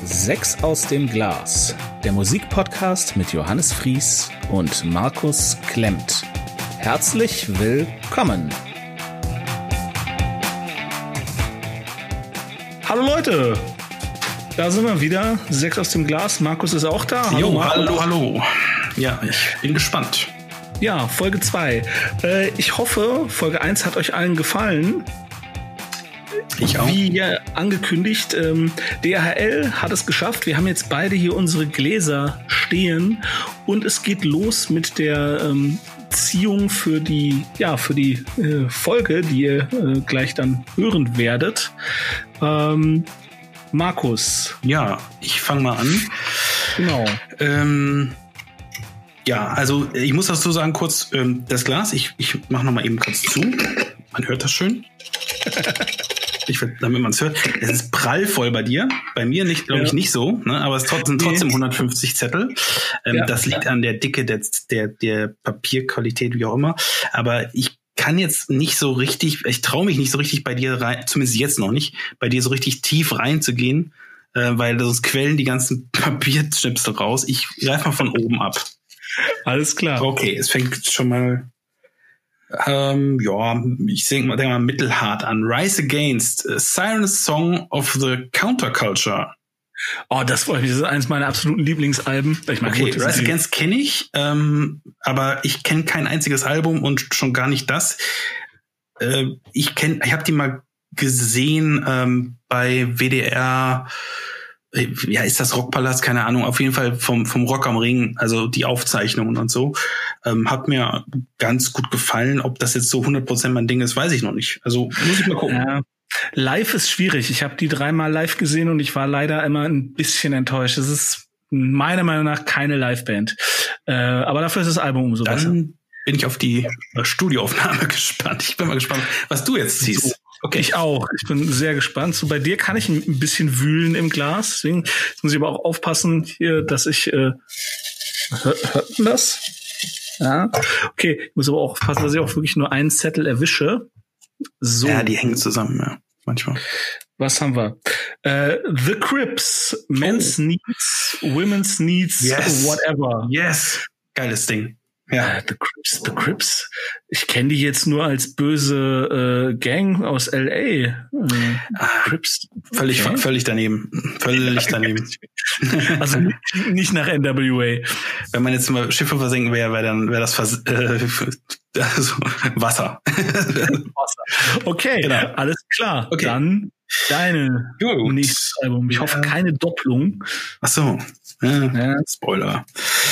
Sechs aus dem Glas, der Musikpodcast mit Johannes Fries und Markus Klemmt. Herzlich willkommen. Hallo Leute, da sind wir wieder. Sechs aus dem Glas, Markus ist auch da. Hallo, hallo. Ja, ich bin gespannt. Ja, Folge 2. Ich hoffe, Folge 1 hat euch allen gefallen. Ich auch. Wie ja angekündigt, DHL hat es geschafft. Wir haben jetzt beide hier unsere Gläser stehen und es geht los mit der Ziehung für die Folge, die ihr gleich dann hören werdet. Markus. Ja, ich fange mal an. Genau. Ja, also ich muss dazu sagen, kurz das Glas, ich mache noch mal eben kurz zu. Man hört das schön. Damit man es hört. Es ist prallvoll bei dir. Bei mir nicht, glaube ich, nicht so. Ne? Aber es sind trotzdem 150 Zettel. Das liegt an der Dicke der Papierqualität, wie auch immer. Aber ich kann jetzt nicht so richtig, ich traue mich nicht so richtig bei dir rein, zumindest jetzt noch nicht, bei dir so richtig tief reinzugehen, weil sonst quellen die ganzen Papierschnipsel raus. Ich greife mal von oben ab. Alles klar. Okay, es fängt schon mal ich denke mal mittelhart an. Rise Against, Siren's Song of the Counterculture. Oh, das ist eines meiner absoluten Lieblingsalben. Ich meine, okay, Rise Against kenne ich, aber ich kenne kein einziges Album und schon gar nicht das. Ich habe die mal gesehen bei WDR. Ja, ist das Rockpalast? Keine Ahnung. Auf jeden Fall vom Rock am Ring, also die Aufzeichnungen und so. Hat mir ganz gut gefallen. Ob das jetzt so 100% mein Ding ist, weiß ich noch nicht. Also muss ich mal gucken. Ja, live ist schwierig. Ich habe die 3-mal live gesehen und ich war leider immer ein bisschen enttäuscht. Es ist meiner Meinung nach keine Liveband. Aber dafür ist das Album umso besser. Dann bin ich auf die Studioaufnahme gespannt. Ich bin mal gespannt, was du jetzt ziehst. So. Okay. Ich auch. Ich bin sehr gespannt. So, bei dir kann ich ein bisschen wühlen im Glas. Deswegen muss ich aber auch aufpassen hier, dass ich hört man das? Ja. Okay, ich muss aber auch aufpassen, dass ich auch wirklich nur einen Zettel erwische. So. Ja, die hängen zusammen, ja, manchmal. Was haben wir? The Crips, Men's Needs, Women's Needs, whatever. Yes. Geiles Ding. Ja, The Crips. Ich kenne die jetzt nur als böse Gang aus L.A. Crips. Völlig daneben. Völlig daneben. Also nicht nach NWA. Wenn man jetzt mal Schiffe versenken wäre das Wasser. Okay, genau. Alles klar. Okay. Dann deine nächstes Album. Ich hoffe, keine Doppelung. Ach so. Ja. Spoiler.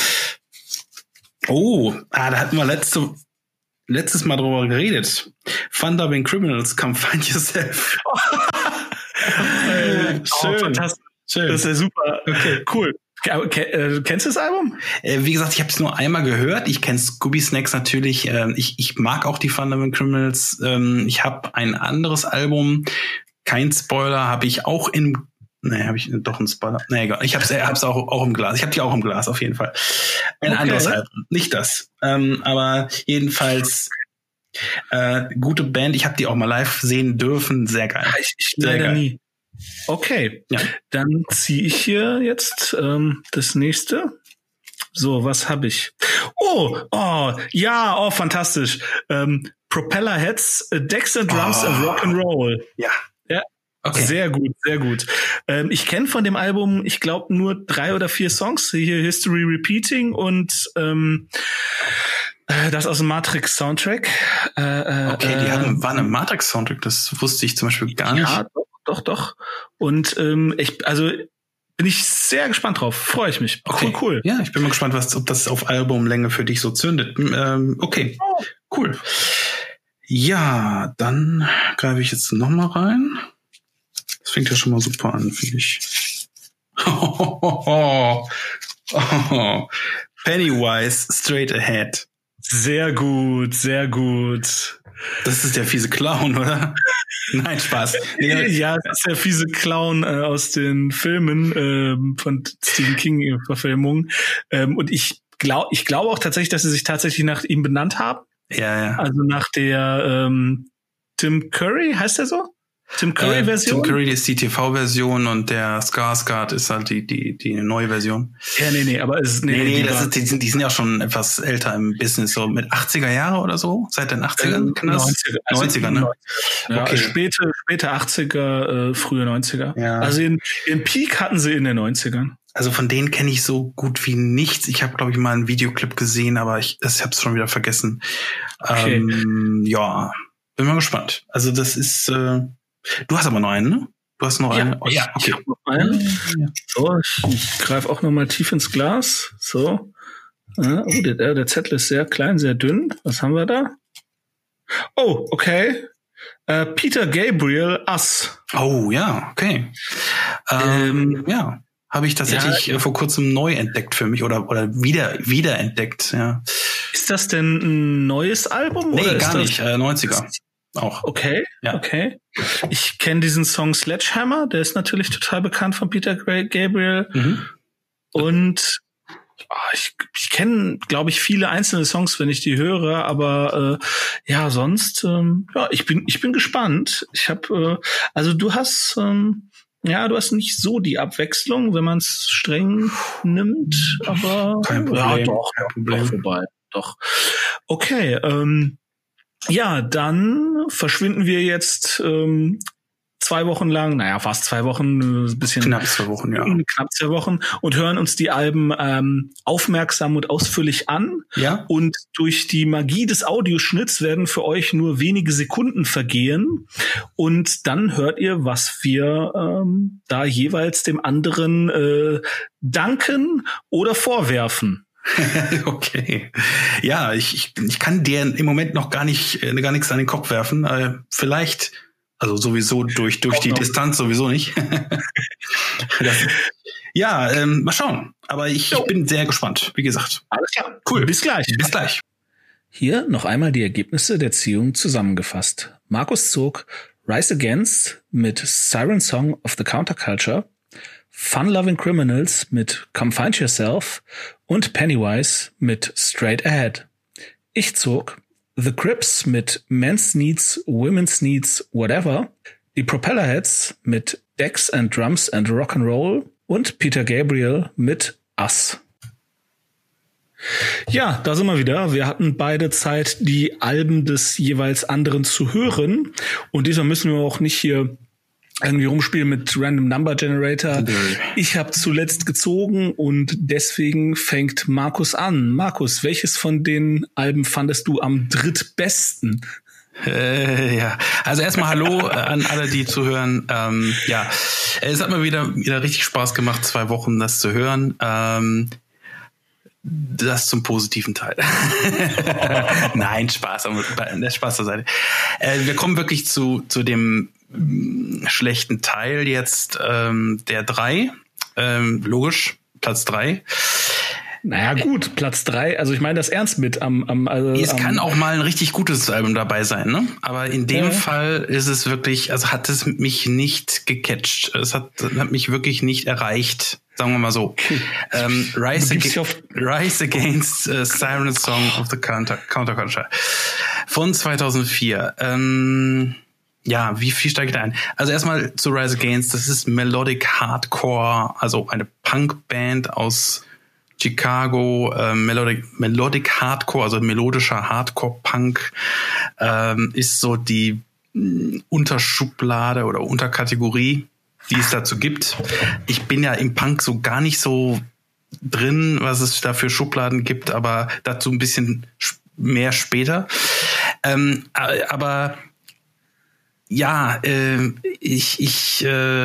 Oh, da hatten wir letztes Mal drüber geredet. Thundering Criminals, Come Find Yourself. Schön. Fantastisch. Schön. Das ist ja super. Okay, cool. Kennst du das Album? Wie gesagt, ich habe es nur einmal gehört. Ich kenne Scooby Snacks natürlich. Ich mag auch die Thundering Criminals. Ich habe ein anderes Album, kein Spoiler, habe ich auch habe ich doch einen Spoiler? Nee, egal. Ich hab's auch im Glas. Ich habe die auch im Glas, auf jeden Fall. Ein anderes Album. Nicht das. Aber jedenfalls gute Band. Ich habe die auch mal live sehen dürfen. Sehr geil. Ich leider nie. Okay. Ja. Dann ziehe ich hier jetzt das nächste. So, was habe ich? Fantastisch. Propellerheads, Dexter Drums and Rock'n'Roll. Ja. Okay. Sehr gut, sehr gut. Ich kenne von dem Album, ich glaube, nur 3 oder 4 Songs. Hier History Repeating und das aus dem Matrix-Soundtrack. Die waren im Matrix-Soundtrack, das wusste ich zum Beispiel gar nicht. Ja, doch. Und bin ich sehr gespannt drauf. Freue ich mich. Okay. Cool. Ja, ich bin mal gespannt, ob das auf Albumlänge für dich so zündet. Okay, cool. Ja, dann greife ich jetzt noch mal rein. Das fängt ja schon mal super an, finde ich. Pennywise, Straight Ahead. Sehr gut, sehr gut. Das ist der fiese Clown, oder? Nein, Spaß. Nee, ja, das ist der fiese Clown aus den Filmen von Stephen King-Verfilmungen. Und ich glaube auch tatsächlich, dass sie sich tatsächlich nach ihm benannt haben. Ja. Also nach der Tim Curry, heißt der so? Tim Curry-Version? Tim Curry ist die TV-Version und der Skarsgård ist halt die neue Version. Ja, nee, aber es ist die sind ja schon etwas älter im Business, so mit 80er Jahre oder so, seit den 80ern. 90er, ne? Ja, okay. Späte 80er, frühe 90er. Ja. Also in Peak hatten sie in den 90ern. Also von denen kenne ich so gut wie nichts. Ich habe, glaube ich, mal einen Videoclip gesehen, aber ich habe es schon wieder vergessen. Okay. Ja, bin mal gespannt. Also das ist, du hast aber noch einen, ne? Du hast noch einen? Ja, okay. Ich habe noch einen. Ja. So, ich greife auch noch mal tief ins Glas. So. Der Zettel ist sehr klein, sehr dünn. Was haben wir da? Oh, okay. Peter Gabriel, Us. Oh, ja, okay. Ja. Habe ich tatsächlich vor kurzem neu entdeckt für mich oder wieder entdeckt, ja. Ist das denn ein neues Album? Nee, oder gar ist nicht, 90er auch. Okay, ja. Okay. Ich kenne diesen Song Sledgehammer, der ist natürlich total bekannt von Peter Gabriel. Mhm. Und ich kenne, glaube ich, viele einzelne Songs, wenn ich die höre, aber sonst, ich bin gespannt. Ich habe, also du hast nicht so die Abwechslung, wenn man es streng nimmt, aber kein Problem. Ja, doch vorbei. Doch. Okay, dann verschwinden wir jetzt 2 Wochen lang, fast 2 Wochen, ein bisschen knapp 2 Wochen, ja. Knapp 2 Wochen und hören uns die Alben aufmerksam und ausführlich an. Ja. Und durch die Magie des Audioschnitts werden für euch nur wenige Sekunden vergehen. Und dann hört ihr, was wir da jeweils dem anderen danken oder vorwerfen. Okay. Ja, ich kann dir im Moment noch gar nichts an den Kopf werfen. Vielleicht, also sowieso durch die Distanz sowieso nicht. Mal schauen. Aber ich bin sehr gespannt, wie gesagt. Alles klar. Cool. Bis gleich. Bis gleich. Hier noch einmal die Ergebnisse der Ziehung zusammengefasst. Markus zog Rise Against mit Siren Song of the Counterculture, Fun Loving Criminals mit Come Find Yourself und Pennywise mit Straight Ahead. Ich zog The Crips mit Men's Needs, Women's Needs, Whatever, die Propellerheads mit Decks and Drums and Rock'n'Roll und Peter Gabriel mit Us. Ja, da sind wir wieder. Wir hatten beide Zeit, die Alben des jeweils anderen zu hören. Und diesmal müssen wir auch nicht hier irgendwie rumspielen mit Random Number Generator. Ich habe zuletzt gezogen und deswegen fängt Markus an. Markus, welches von den Alben fandest du am drittbesten? Also erstmal Hallo an alle, die zuhören. Es hat mir wieder richtig Spaß gemacht, 2 Wochen das zu hören. Das zum positiven Teil. Nein, Spaß zur Seite. Wir kommen wirklich zu dem schlechten Teil jetzt, der 3. Logisch, Platz 3. Naja, gut, Platz 3, also ich meine das ernst mit es kann auch mal ein richtig gutes Album dabei sein, ne? Aber in dem Fall ist es wirklich, also hat es mich nicht gecatcht. Es hat mich wirklich nicht erreicht, sagen wir mal so. Okay. Rise Against Siren Song of the Counterculture von 2004. Wie viel steige ich da ein? Also erstmal zu Rise Against, das ist Melodic Hardcore, also eine Punkband aus Chicago, Melodic Hardcore, also melodischer Hardcore-Punk, ist so die Unterschublade oder Unterkategorie, die es dazu gibt. Ich bin ja im Punk so gar nicht so drin, was es da für Schubladen gibt, aber dazu ein bisschen mehr später. Ich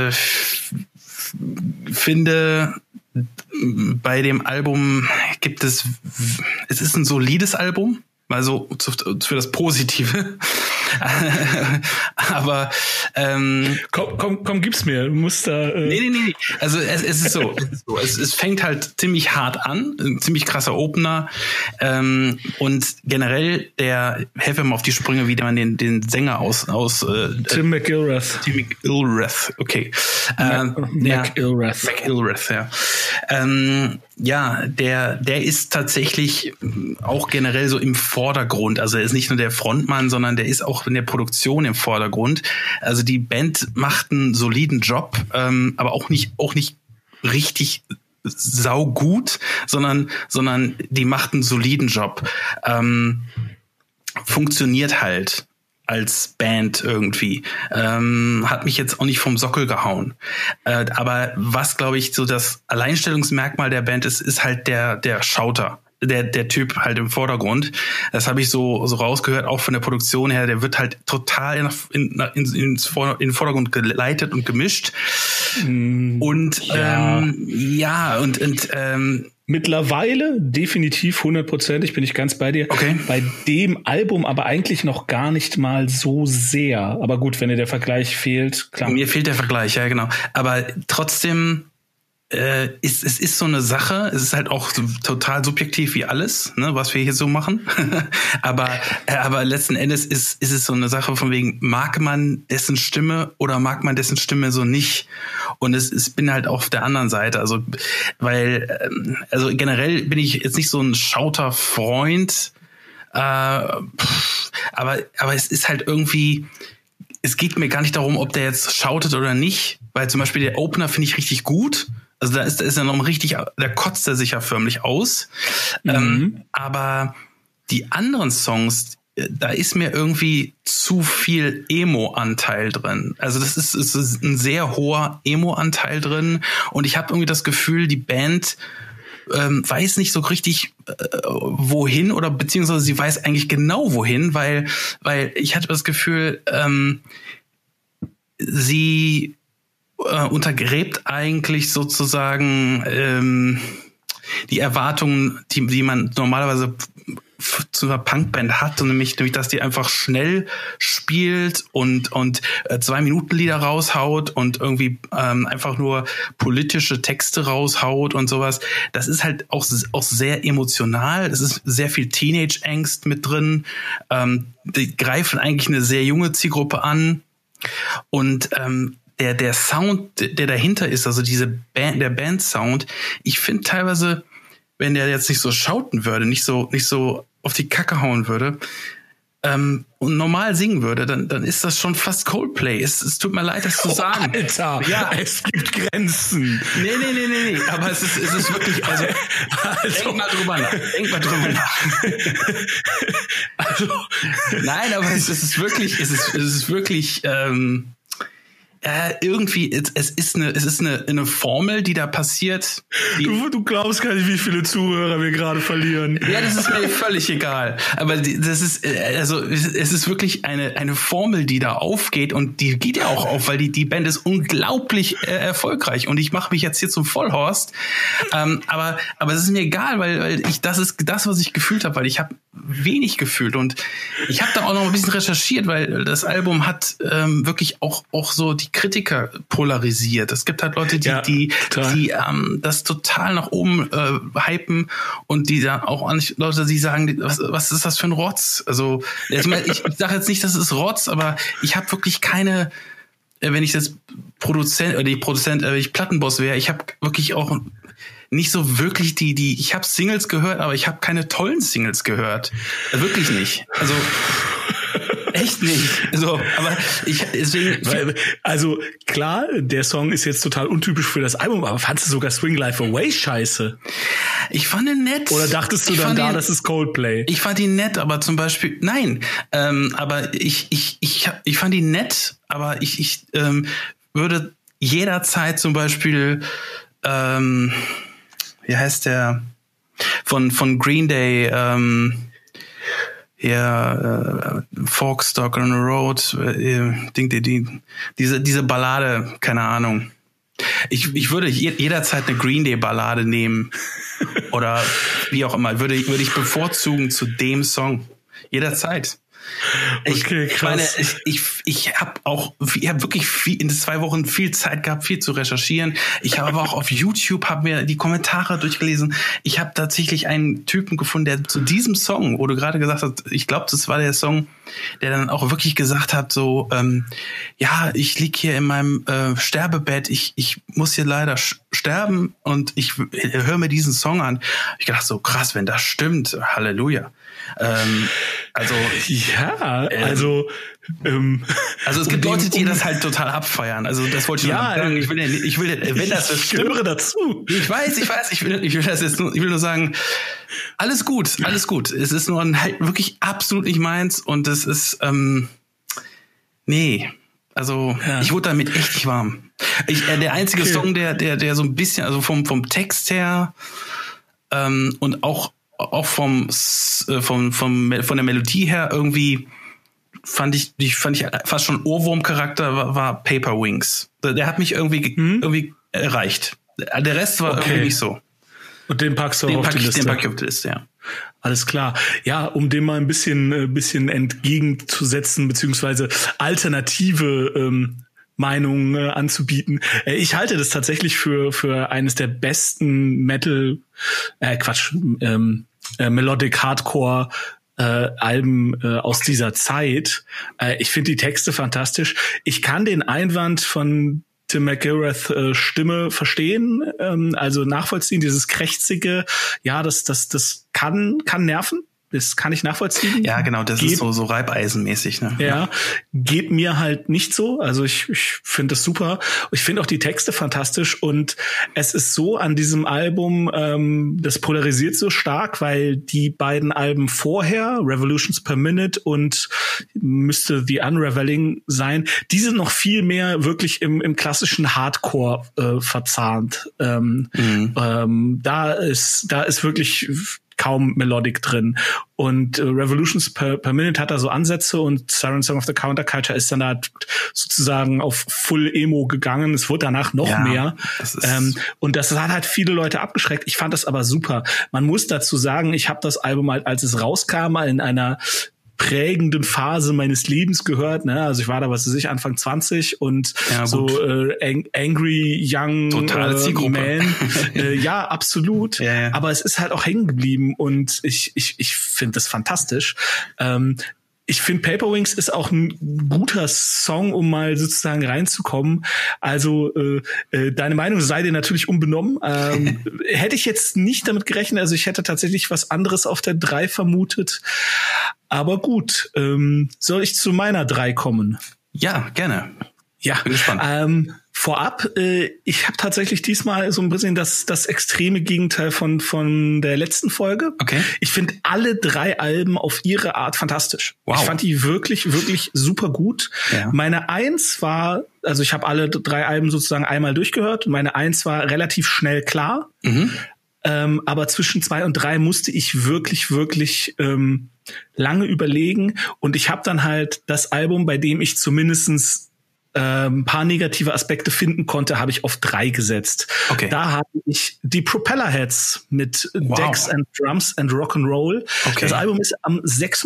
finde, bei dem Album es ist ein solides Album, also für das Positive. Aber komm, gib's mir. Du musst da. Nee. Also es ist so. Es fängt halt ziemlich hart an, ein ziemlich krasser Opener. Und generell helfe mir auf die Sprünge, wie man den Sänger aus Tim McIlrath. Okay. McIlrath, ja. Ja, der ist tatsächlich auch generell so im Vordergrund. Also er ist nicht nur der Frontmann, sondern der ist auch in der Produktion im Vordergrund. Also die Band macht einen soliden Job, aber auch nicht richtig saugut, sondern die macht einen soliden Job. Funktioniert halt als Band irgendwie. Hat mich jetzt auch nicht vom Sockel gehauen. Aber was, glaube ich, so das Alleinstellungsmerkmal der Band ist halt der Schauter. Der Typ halt im Vordergrund. Das habe ich so rausgehört, auch von der Produktion her. Der wird halt total in den Vordergrund geleitet und gemischt. Und mittlerweile definitiv 100%, bin ich ganz bei dir. Okay. Bei dem Album aber eigentlich noch gar nicht mal so sehr. Aber gut, wenn dir der Vergleich fehlt, klar. Mir fehlt der Vergleich, ja genau. Aber trotzdem es ist so eine Sache, es ist halt auch so total subjektiv wie alles, ne, was wir hier so machen. aber letzten Endes ist es so eine Sache von wegen, mag man dessen Stimme oder mag man dessen Stimme so nicht? Und es bin halt auf der anderen Seite, also generell bin ich jetzt nicht so ein Schauter-Freund, aber es ist halt irgendwie, es geht mir gar nicht darum, ob der jetzt schautet oder nicht, weil zum Beispiel der Opener finde ich richtig gut. Also da ist er noch richtig, da kotzt er sich ja förmlich aus. Aber die anderen Songs, da ist mir irgendwie zu viel Emo-Anteil drin. Also das ist ein sehr hoher Emo-Anteil drin. Und ich habe irgendwie das Gefühl, die Band weiß nicht so richtig wohin, oder beziehungsweise sie weiß eigentlich genau wohin, weil ich hatte das Gefühl, sie untergräbt eigentlich sozusagen die Erwartungen, die man normalerweise zu einer Punkband hat, und nämlich, dass die einfach schnell spielt und 2-Minuten-Lieder raushaut und irgendwie einfach nur politische Texte raushaut und sowas. Das ist halt auch sehr emotional. Es ist sehr viel Teenage-Angst mit drin. Die greifen eigentlich eine sehr junge Zielgruppe an. Und der Sound, der dahinter ist, also der Band-Sound, ich finde teilweise, wenn der jetzt nicht so schauten würde, nicht so auf die Kacke hauen würde, und normal singen würde, dann ist das schon fast Coldplay. Es tut mir leid, das zu sagen. Alter, ja, es gibt Grenzen. Nee. Aber es ist wirklich, also denk mal drüber nach. Also, nein, aber es ist wirklich, irgendwie, es ist eine Formel, die da passiert. Du glaubst gar nicht, wie viele Zuhörer wir gerade verlieren. Ja, das ist mir völlig egal. Aber es ist wirklich eine Formel, die da aufgeht, und die geht ja auch auf, weil die Band ist unglaublich erfolgreich, und ich mache mich jetzt hier zum Vollhorst. Aber es ist mir egal, weil das ist das, was ich gefühlt habe, weil ich habe wenig gefühlt, und ich habe da auch noch ein bisschen recherchiert, weil das Album hat wirklich auch so die Kritiker polarisiert. Es gibt halt Leute, die das total nach oben hypen, und die dann auch Leute, die sagen, was ist das für ein Rotz? Also ich sage jetzt nicht, das ist Rotz, aber ich habe wirklich keine, wenn ich jetzt wenn ich Plattenboss wäre, ich habe wirklich auch nicht so wirklich ich habe Singles gehört, aber ich habe keine tollen Singles gehört. Wirklich nicht. Also echt nicht. Also, aber also klar, der Song ist jetzt total untypisch für das Album, aber fandst du sogar Swing Life Away scheiße? Ich fand ihn nett. Oder dachtest du dann das ist Coldplay? Ich fand ihn nett, aber zum Beispiel, nein. Aber ich fand ihn nett, aber ich würde jederzeit zum Beispiel, wie heißt der? Von Green Day, Forkstock on the Road, diese Ballade, keine Ahnung. Ich würde jederzeit eine Green Day Ballade nehmen oder wie auch immer, würde ich bevorzugen zu dem Song. Jederzeit. Okay, krass. Ich habe wirklich in 2 Wochen viel Zeit gehabt, viel zu recherchieren. Ich habe aber auch auf YouTube mir die Kommentare durchgelesen. Ich habe tatsächlich einen Typen gefunden, der zu diesem Song, wo du gerade gesagt hast, ich glaube, das war der Song, der dann auch wirklich gesagt hat, so, ja, ich lieg hier in meinem Sterbebett, ich muss hier leider sterben und ich höre mir diesen Song an. Ich dachte so, krass, wenn das stimmt, Halleluja. Also es gibt Leute, die das halt total abfeiern. Also das wollte ich nur sagen. Ich will, wenn das stimmt, dazu. Ich weiß. Ich will nur sagen, alles gut. Es ist nur halt wirklich absolut nicht meins und es ist, nee. Also ich wurde damit echt nicht warm. Der einzige Song, der so ein bisschen, also vom Text her und auch von der Melodie her irgendwie fand ich fast schon Ohrwurm-Charakter war Paper Wings. Der hat mich irgendwie erreicht. Der Rest war irgendwie nicht so. Und den packst du auf die Liste. Den pack ich auf die Liste, ja. Alles klar. Ja, um dem mal ein bisschen entgegenzusetzen, beziehungsweise alternative Meinungen anzubieten. Ich halte das tatsächlich für eines der besten Melodic Hardcore Alben aus dieser Zeit. Ich finde die Texte fantastisch. Ich kann den Einwand von Tim McGrath Stimme verstehen, also nachvollziehen, dieses krächzige, ja, das kann nerven. Das kann ich nachvollziehen. Ja, genau, das ist so Reibeisenmäßig, ne? Ja, geht mir halt nicht so. Also ich finde das super. Ich finde auch die Texte fantastisch und es ist so an diesem Album, das polarisiert so stark, weil die beiden Alben vorher, Revolutions Per Minute und müsste The Unraveling sein, die sind noch viel mehr wirklich im klassischen Hardcore verzahnt. Da ist wirklich kaum Melodic drin. Und Revolutions per Minute hat da so Ansätze und Siren Song of the Counterculture ist dann da sozusagen auf Full Emo gegangen. Es wurde danach noch mehr. Und das hat halt viele Leute abgeschreckt. Ich fand das aber super. Man muss dazu sagen, ich habe das Album halt, als es rauskam, mal in einer prägenden Phase meines Lebens gehört, ne? Also ich war da, Anfang 20 und angry young man. Ja, absolut. Ja. Aber es ist halt auch hängen geblieben und ich finde das fantastisch. Ich finde Paper Wings ist auch ein guter Song, um mal sozusagen reinzukommen. Also deine Meinung sei dir natürlich unbenommen. Hätte ich jetzt nicht damit gerechnet. Also ich hätte tatsächlich was anderes auf der 3 vermutet. Aber gut, soll ich zu meiner 3 kommen? Ja, gerne. Ja, bin gespannt. Vorab, ich habe tatsächlich diesmal so ein bisschen das extreme Gegenteil von der letzten Folge. Okay. Ich finde alle 3 Alben auf ihre Art fantastisch. Wow. Ich fand die wirklich, wirklich super gut. Ja. Meine 1 war, also ich habe alle 3 Alben sozusagen einmal durchgehört. Meine 1 war relativ schnell klar. Aber zwischen 2 und 3 musste ich wirklich, wirklich lange überlegen. Und ich habe dann halt das Album, bei dem ich zumindestens ein paar negative Aspekte finden konnte, habe ich auf 3 gesetzt. Okay. Da habe ich die Propellerheads mit Decks and Drums and Rock'n'Roll. Okay. Das Album ist am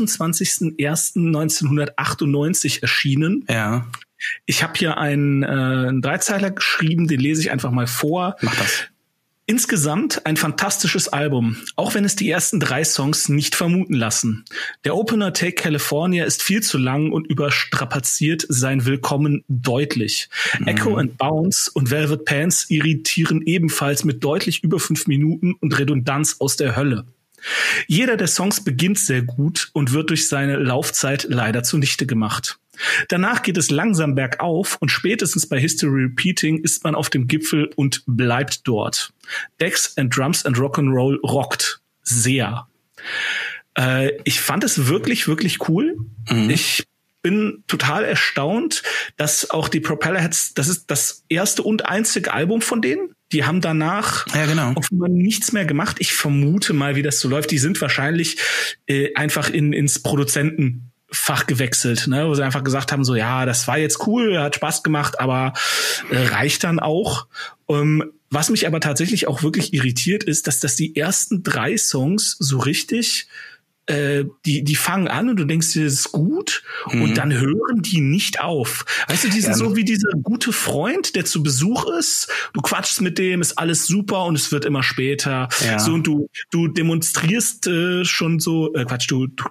26.01.1998 erschienen. Ja. Ich habe hier einen Dreizeiler geschrieben, den lese ich einfach mal vor. Mach das. Insgesamt ein fantastisches Album, auch wenn es die ersten 3 Songs nicht vermuten lassen. Der Opener Take California ist viel zu lang und überstrapaziert sein Willkommen deutlich. Echo and Bounce und Velvet Pants irritieren ebenfalls mit deutlich über 5 Minuten und Redundanz aus der Hölle. Jeder der Songs beginnt sehr gut und wird durch seine Laufzeit leider zunichte gemacht. Danach geht es langsam bergauf und spätestens bei History Repeating ist man auf dem Gipfel und bleibt dort. Decks and Drums and Rock'n'Roll rockt sehr. Ich fand es wirklich, wirklich cool. Ich bin total erstaunt, dass auch die Propellerheads, das ist das erste und einzige Album von denen. Die haben danach offenbar nichts mehr gemacht. Ich vermute mal, wie das so läuft. Die sind wahrscheinlich einfach ins Produzentenfach gewechselt, ne, wo sie einfach gesagt haben, so, ja, das war jetzt cool, hat Spaß gemacht, aber reicht dann auch. Was mich aber tatsächlich auch wirklich irritiert ist, dass das die ersten 3 Songs so richtig die fangen an und du denkst dir, das ist gut und dann hören die nicht auf. Weißt du, die sind so wie dieser gute Freund, der zu Besuch ist. Du quatschst mit dem, ist alles super und es wird immer später. Ja. So, und du demonstrierst schon so,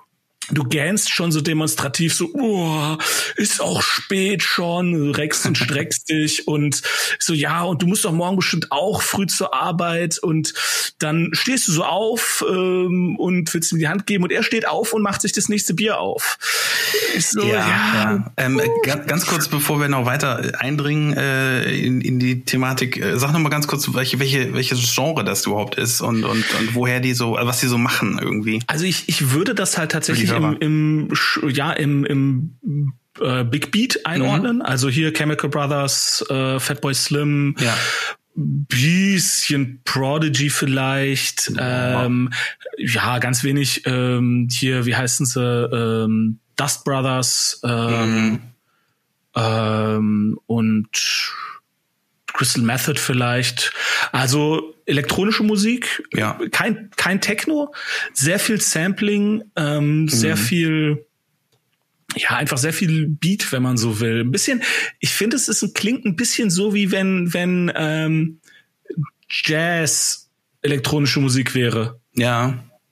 du gähnst schon so demonstrativ so, ist auch spät schon, du reckst und streckst dich und so, ja, und du musst doch morgen bestimmt auch früh zur Arbeit und dann stehst du so auf und willst ihm die Hand geben und er steht auf und macht sich das nächste Bier auf. Ist so, Ganz kurz, bevor wir noch weiter eindringen in die Thematik, sag noch mal ganz kurz, welches Genre das überhaupt ist und woher die so, was die so machen irgendwie. Also ich würde das halt tatsächlich im Big Beat einordnen. Also hier Chemical Brothers, Fatboy Slim, bisschen Prodigy vielleicht, ganz wenig hier, wie heißen sie, Dust Brothers und Crystal Method vielleicht. Also elektronische Musik, kein Techno, sehr viel Sampling, sehr viel, einfach sehr viel Beat, wenn man so will. Ein bisschen, ich finde, klingt ein bisschen so, wie wenn Jazz elektronische Musik wäre. Ja.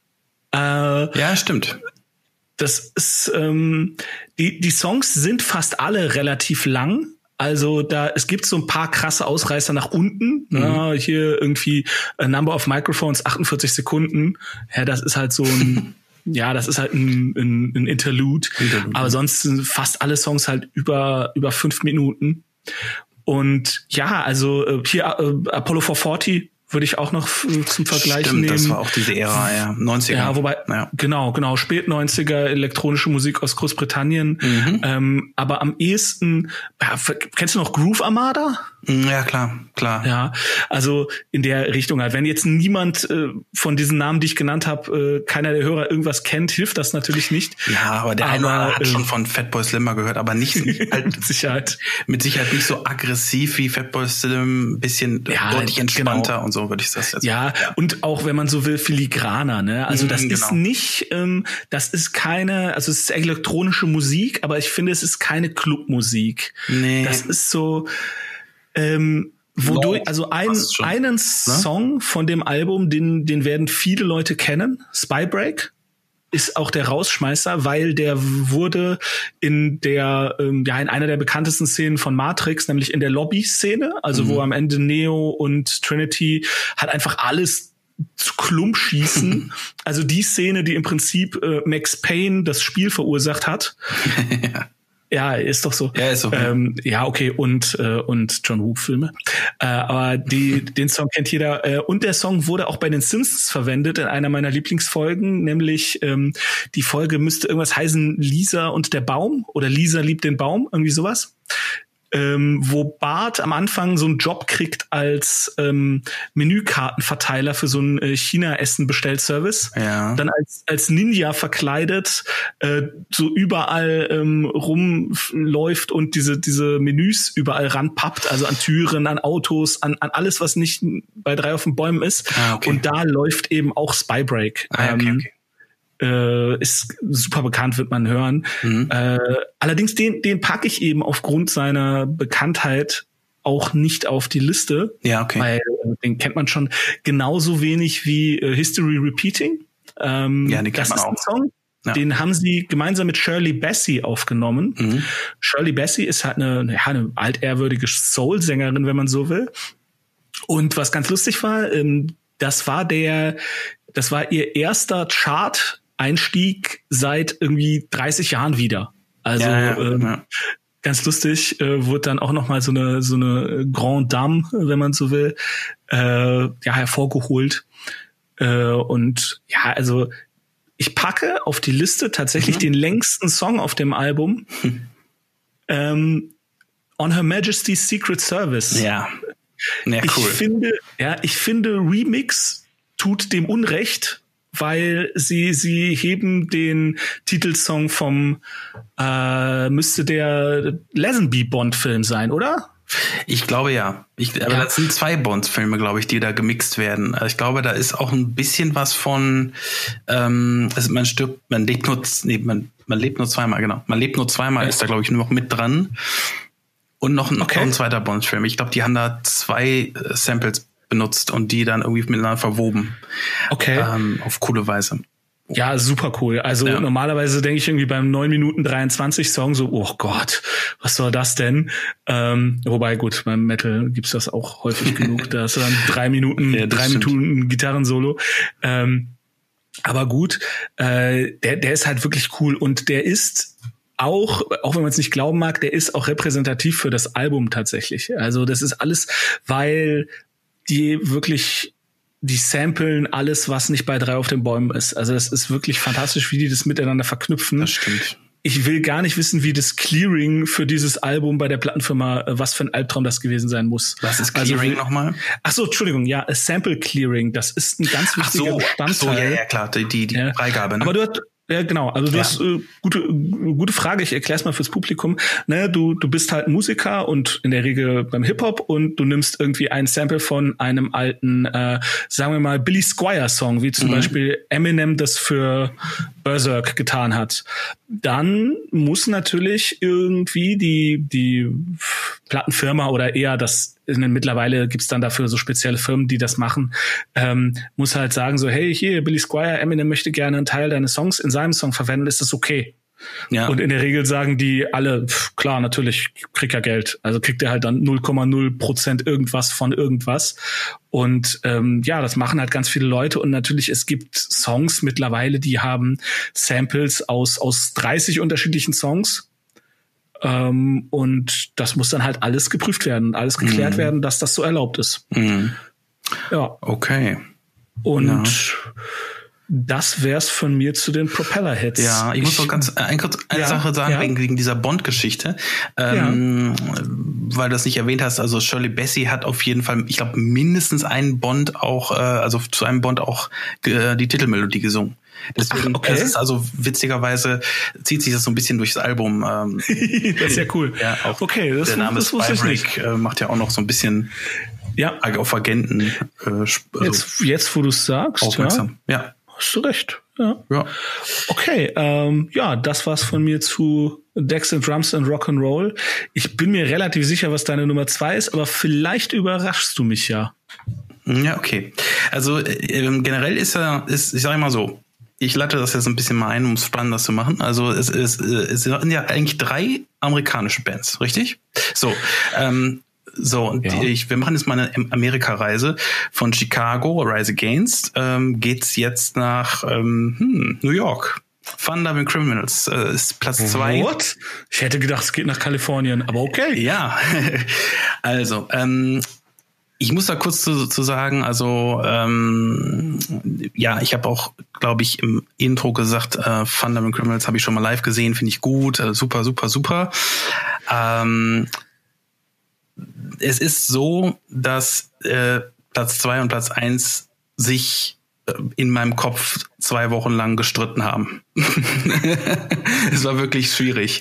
Stimmt. Das ist, die Songs sind fast alle relativ lang. Also es gibt so ein paar krasse Ausreißer nach unten. Hier irgendwie a Number of Microphones, 48 Sekunden. Ja, das ist halt so ein, das ist halt ein Interlude. Aber sonst sind fast alle Songs halt über 5 Minuten. Und also hier Apollo 440 würde ich auch noch zum Vergleich nehmen. Das war auch diese Ära, 90er. Ja, wobei, genau, spät 90er, elektronische Musik aus Großbritannien. Aber am ehesten, kennst du noch Groove Armada? Ja, klar. Ja, also in der Richtung halt. Wenn jetzt niemand von diesen Namen, die ich genannt habe, keiner der Hörer irgendwas kennt, hilft das natürlich nicht. Ja, aber der eine hat schon von Fatboy Slim mal gehört, aber nicht halt mit Sicherheit nicht so aggressiv wie Fatboy Slim, ein bisschen deutlich entspannter und so würde ich das jetzt sagen. Ja, und auch wenn man so will, filigraner, ne? Also das ist nicht, das ist keine, also es ist elektronische Musik, aber ich finde, es ist keine Clubmusik. Nee. Das ist so, wodurch, also einen Song von dem Album, den werden viele Leute kennen, Spybreak, ist auch der Rausschmeißer, weil der wurde in einer der bekanntesten Szenen von Matrix, nämlich in der Lobby-Szene, also wo am Ende Neo und Trinity halt einfach alles zu Klump schießen. Also die Szene, die im Prinzip Max Payne das Spiel verursacht hat. Ja, ist doch so. Ja, ist so. Okay, und John Woo-Filme. Aber den Song kennt jeder. Und der Song wurde auch bei den Simpsons verwendet in einer meiner Lieblingsfolgen, nämlich die Folge müsste irgendwas heißen, Lisa und der Baum oder Lisa liebt den Baum, irgendwie sowas. Wo Bart am Anfang so einen Job kriegt als Menükartenverteiler für so einen China-Essen-Bestellservice. Ja. Dann als Ninja verkleidet so überall rumläuft und diese Menüs überall ranpappt, also an Türen, an Autos, an alles, was nicht bei 3 auf den Bäumen ist. Okay. Und da läuft eben auch Spybreak. Okay. Ist super bekannt, wird man hören. Allerdings den packe ich eben aufgrund seiner Bekanntheit auch nicht auf die Liste. Ja, okay. Weil den kennt man schon genauso wenig wie History Repeating. Den kennt man auch. Ein Song, den haben sie gemeinsam mit Shirley Bassey aufgenommen. Shirley Bassey ist halt eine altehrwürdige Soul-Sängerin, wenn man so will. Und was ganz lustig war, das war ihr erster Chart-Einstieg seit irgendwie 30 Jahren wieder. Also ganz lustig, wurde dann auch noch mal so eine Grande Dame, wenn man so will, hervorgeholt. Und also ich packe auf die Liste tatsächlich den längsten Song auf dem Album. On Her Majesty's Secret Service. Ja cool. Ich finde Remix tut dem Unrecht, weil sie heben den Titelsong vom müsste der Lazenby-Bond-Film sein, oder? Ich glaube ja. Aber das sind 2 Bond-Filme, glaube ich, die da gemixt werden. Also ich glaube, da ist auch ein bisschen was von man lebt nur zweimal, genau. Man lebt nur zweimal, ist da, glaube ich, nur noch mit dran. Und noch ein zweiter Bond-Film. Ich glaube, die haben da 2 Samples benutzt und die dann irgendwie miteinander verwoben. Okay. Auf coole Weise. Ja, super cool. Also normalerweise denke ich irgendwie beim 9 Minuten 23 Song so, oh Gott, was soll das denn? Wobei, gut, beim Metal gibt's das auch häufig genug. Da ist dann 3 Minuten, ja, 3 Minuten Gitarrensolo. Aber gut, der ist halt wirklich cool und der ist auch wenn man es nicht glauben mag, der ist auch repräsentativ für das Album tatsächlich. Also das ist alles, weil die samplen alles, was nicht bei 3 auf den Bäumen ist. Also das ist wirklich fantastisch, wie die das miteinander verknüpfen. Das stimmt. Ich will gar nicht wissen, wie das Clearing für dieses Album bei der Plattenfirma, was für ein Albtraum das gewesen sein muss. Was ist Clearing nochmal? Ach so, Entschuldigung, ja, Sample Clearing, das ist ein ganz wichtiger Bestandteil. Ja, klar, die Freigabe. Ne? Aber ja, genau. Also du hast gute Frage. Ich erkläre es mal fürs Publikum. Ne, du bist halt Musiker und in der Regel beim Hip-Hop und du nimmst irgendwie ein Sample von einem alten, sagen wir mal, Billy Squier-Song, wie zum Beispiel Eminem das für Berserk getan hat. Dann muss natürlich irgendwie die Plattenfirma oder eher mittlerweile gibt's dann dafür so spezielle Firmen, die das machen, muss halt sagen so, hey, hier, Billy Squier, Eminem möchte gerne einen Teil deines Songs in seinem Song verwenden, ist das okay? Ja. Und in der Regel sagen die alle, klar, natürlich, kriegt er Geld. Also kriegt er halt dann 0,0% irgendwas von irgendwas. Und das machen halt ganz viele Leute. Und natürlich, es gibt Songs mittlerweile, die haben Samples aus 30 unterschiedlichen Songs. Und das muss dann halt alles geprüft werden, alles geklärt werden, dass das so erlaubt ist. Ja. Okay. Und das wär's von mir zu den Propeller-Hits. Ja, ich muss noch eine Sache sagen, wegen dieser Bond-Geschichte. Weil du das nicht erwähnt hast, also Shirley Bassey hat auf jeden Fall, ich glaube, mindestens einen Bond auch, zu einem Bond auch die Titelmelodie gesungen. Deswegen, das ist also witzigerweise zieht sich das so ein bisschen durchs Album. Das ist ja cool. Ja, auch okay, der Name Spybreak macht ja auch noch so ein bisschen auf Agenten. Jetzt, wo du es sagst, aufmerksam. Ja. Hast du recht. Ja. Okay, das war's von mir zu Decks and Drums and Rock'n'Roll. Ich bin mir relativ sicher, was deine Nummer 2 ist, aber vielleicht überraschst du mich ja. Ja, okay. Also generell ist ich sage mal so, ich leite das jetzt ein bisschen mal ein, um es spannender zu machen. Also es sind ja eigentlich 3 amerikanische Bands, richtig? Wir machen jetzt mal eine Amerika-Reise. Von Chicago, Rise Against, geht's jetzt nach New York. Fun Loving Criminals ist Platz 2. What? Ich hätte gedacht, es geht nach Kalifornien, aber okay. Ja, also ich muss da kurz zu sagen, also ich habe auch, glaube ich, im Intro gesagt, Fun Loving Criminals habe ich schon mal live gesehen, finde ich gut, super, super, super. Es ist so, dass Platz 2 und Platz 1 sich in meinem Kopf 2 Wochen lang gestritten haben. Es war wirklich schwierig.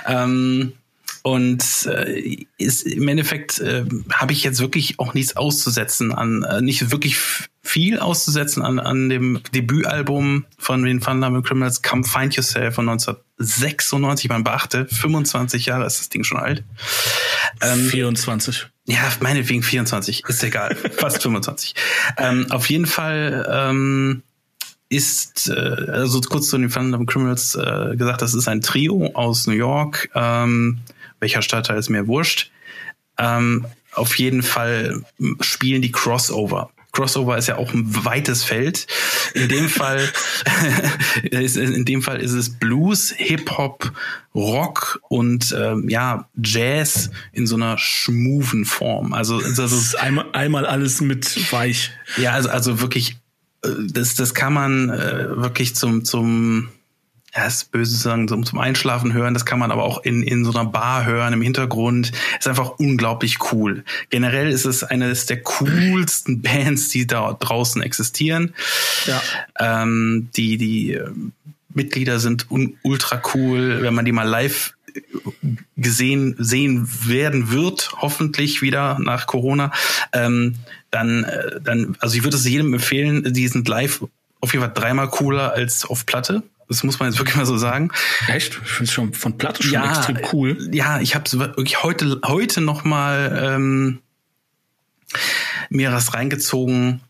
Und im Endeffekt habe ich jetzt wirklich auch nichts auszusetzen nicht wirklich viel auszusetzen an dem Debütalbum von den Fun Loving Criminals, Come Find Yourself von 1996. Man beachte, 25 Jahre ist das Ding schon alt. 24. Ja, meinetwegen 24, ist egal, fast 25. Auf jeden Fall ist, also kurz zu den Fun Loving Criminals gesagt, das ist ein Trio aus New York. Welcher Stadtteil ist mir wurscht. Auf jeden Fall spielen die Crossover. Crossover ist ja auch ein weites Feld. In dem Fall ist es Blues, Hip-Hop, Rock und Jazz in so einer schmuven Form. Also das ist einmal alles mit weich. Ja, also wirklich, das kann man wirklich zum ist böse zu sagen, zum Einschlafen hören. Das kann man aber auch in so einer Bar hören, im Hintergrund. Ist einfach unglaublich cool. Generell ist es eines der coolsten Bands, die da draußen existieren. Ja. Die Mitglieder sind ultra cool. Wenn man die mal live sehen werden wird, hoffentlich wieder nach Corona, dann, also ich würde es jedem empfehlen, die sind live auf jeden Fall 3-mal cooler als auf Platte. Das muss man jetzt wirklich mal so sagen. Echt? Ich finde es schon von Platte schon extrem cool. Ja, ich habe es wirklich heute noch mal mir das reingezogen.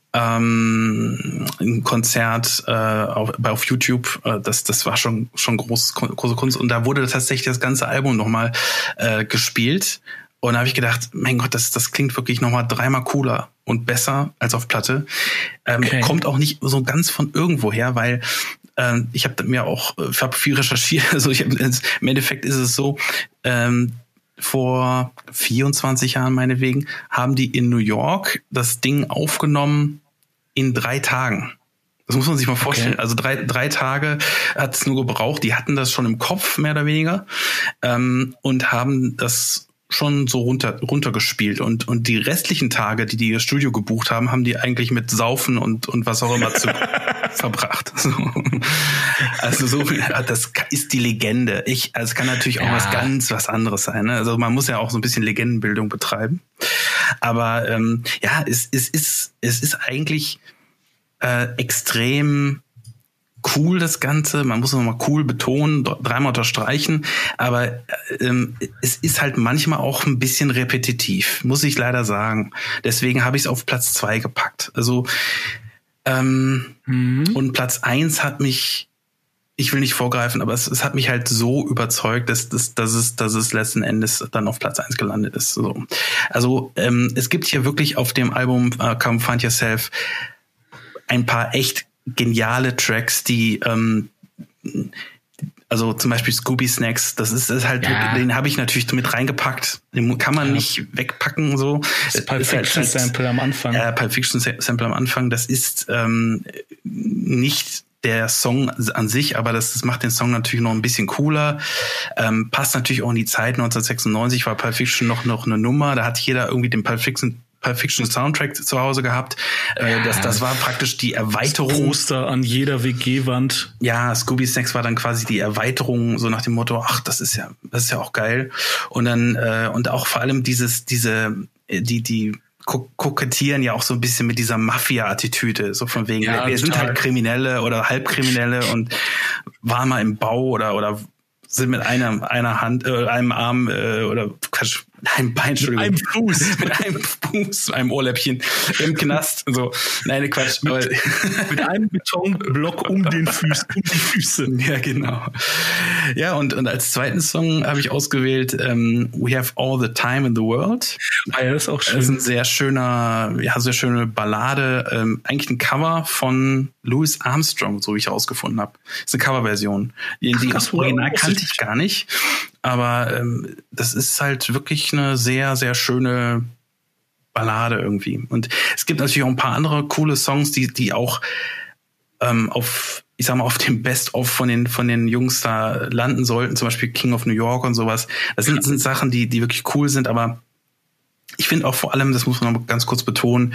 ein Konzert auf YouTube. Das war schon große Kunst. Und da wurde tatsächlich das ganze Album nochmal gespielt. Und da habe ich gedacht, mein Gott, das klingt wirklich nochmal 3-mal cooler und besser als auf Platte. Okay. Kommt auch nicht so ganz von irgendwo her, weil ich habe mir auch viel recherchiert. Also im Endeffekt ist es so, vor 24 Jahren meinetwegen haben die in New York das Ding aufgenommen in 3 Tagen. Das muss man sich mal vorstellen. Okay. Also 3 Tage hat es nur gebraucht. Die hatten das schon im Kopf, mehr oder weniger, und haben das schon so runtergespielt. Und die restlichen Tage, die das Studio gebucht haben, haben die eigentlich mit Saufen und was auch immer verbracht. Also so, das ist die Legende. Es kann natürlich auch was anderes sein. Ne? Also man muss ja auch so ein bisschen Legendenbildung betreiben. Aber es ist eigentlich extrem cool, das Ganze. Man muss es nochmal cool betonen, 3-mal unterstreichen. Aber es ist halt manchmal auch ein bisschen repetitiv, muss ich leider sagen. Deswegen habe ich es auf Platz 2 gepackt. Also und Platz 1 hat mich, ich will nicht vorgreifen, aber es hat mich halt so überzeugt, dass es letzten Endes dann auf Platz 1 gelandet ist. So. Also es gibt hier wirklich auf dem Album Come Find Yourself ein paar echt geniale Tracks, die also zum Beispiel Scooby Snacks, das ist halt, den habe ich natürlich mit reingepackt. Den kann man nicht wegpacken, so. Das Pulp Fiction Sample am Anfang. Pulp Fiction Sample am Anfang, das ist nicht der Song an sich, aber das macht den Song natürlich noch ein bisschen cooler. Passt natürlich auch in die Zeit. 1996 war Pulp Fiction noch eine Nummer. Da hat jeder irgendwie den Pulp Fiction Soundtrack zu Hause gehabt. Das war praktisch die Erweiterung. Das Poster an jeder WG-Wand. Ja, Scooby Snacks war dann quasi die Erweiterung, so nach dem Motto, ach, das ist ja auch geil. Und dann, und auch vor allem die kokettieren ja auch so ein bisschen mit dieser Mafia-Attitüde, so von wegen, wir sind halt Kriminelle oder Halbkriminelle und waren mal im Bau oder sind mit einer Hand, einem Arm oder Quatsch, einem Bein, Entschuldigung. Mit einem Fuß, einem Ohrläppchen im Knast. So. Nein, Quatsch. Mit einem Betonblock um die Füße. Ja, genau. Ja, und als zweiten Song habe ich ausgewählt We Have All the Time in the World. Ah, ja, das ist auch schön. Das ist ein sehr schöne Ballade. Eigentlich ein Cover von Louis Armstrong, so wie ich herausgefunden habe. Das ist eine Coverversion. Die Original kannte ich gar nicht. Aber das ist halt wirklich eine sehr, sehr schöne Ballade irgendwie. Und es gibt natürlich auch ein paar andere coole Songs, die auch auf dem Best-of von den Jungs da landen sollten. Zum Beispiel King of New York und sowas. Das sind Sachen, die wirklich cool sind, aber ich finde auch vor allem, das muss man noch ganz kurz betonen,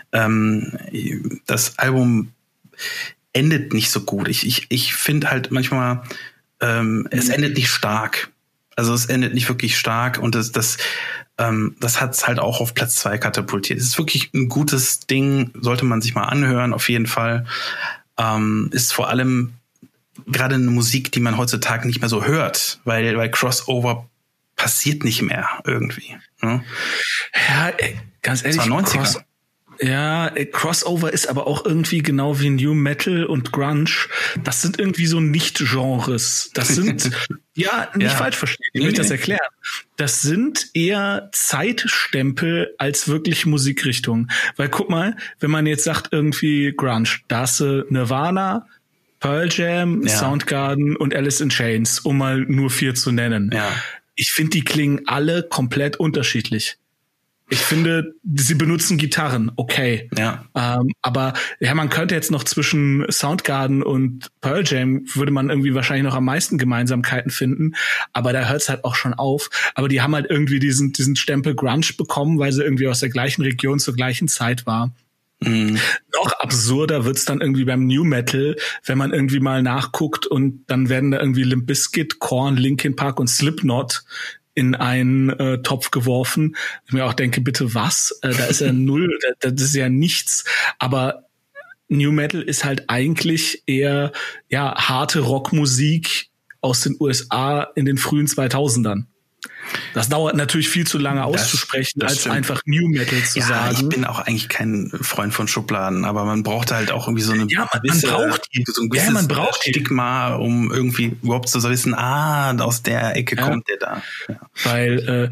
das Album endet nicht so gut. Ich finde halt manchmal, es endet nicht stark. Also es endet nicht wirklich stark und das hat es halt auch auf Platz 2 katapultiert. Es ist wirklich ein gutes Ding, sollte man sich mal anhören, auf jeden Fall. Ist vor allem gerade eine Musik, die man heutzutage nicht mehr so hört, weil Crossover passiert nicht mehr irgendwie. Ne? Ja, ganz ehrlich, das war 90er. Crossover ist aber auch irgendwie genau wie New Metal und Grunge. Das sind irgendwie so Nicht-Genres. Das sind, falsch verstehen, ich möchte das erklären. Das sind eher Zeitstempel als wirklich Musikrichtungen. Weil guck mal, wenn man jetzt sagt irgendwie Grunge, da hast du Nirvana, Pearl Jam, Soundgarden und Alice in Chains, um mal nur 4 zu nennen. Ja. Ich finde, die klingen alle komplett unterschiedlich. Ich finde, sie benutzen Gitarren, okay. Ja. Aber man könnte jetzt noch zwischen Soundgarden und Pearl Jam würde man irgendwie wahrscheinlich noch am meisten Gemeinsamkeiten finden. Aber da hört es halt auch schon auf. Aber die haben halt irgendwie diesen Stempel Grunge bekommen, weil sie irgendwie aus der gleichen Region zur gleichen Zeit war. Mhm. Noch absurder wird's dann irgendwie beim New Metal, wenn man irgendwie mal nachguckt und dann werden da irgendwie Limp Bizkit, Korn, Linkin Park und Slipknot in einen Topf geworfen. Ich mir auch denke, bitte was? Da ist ja null, das ist ja nichts. Aber New Metal ist halt eigentlich eher harte Rockmusik aus den USA in den frühen 2000ern. Das dauert natürlich viel zu lange auszusprechen, als stimmt. einfach New Metal zu sagen. Ich bin auch eigentlich kein Freund von Schubladen, aber man braucht halt auch irgendwie so eine man braucht Stigma, um irgendwie überhaupt zu wissen, aus der Ecke kommt der da. Ja. Weil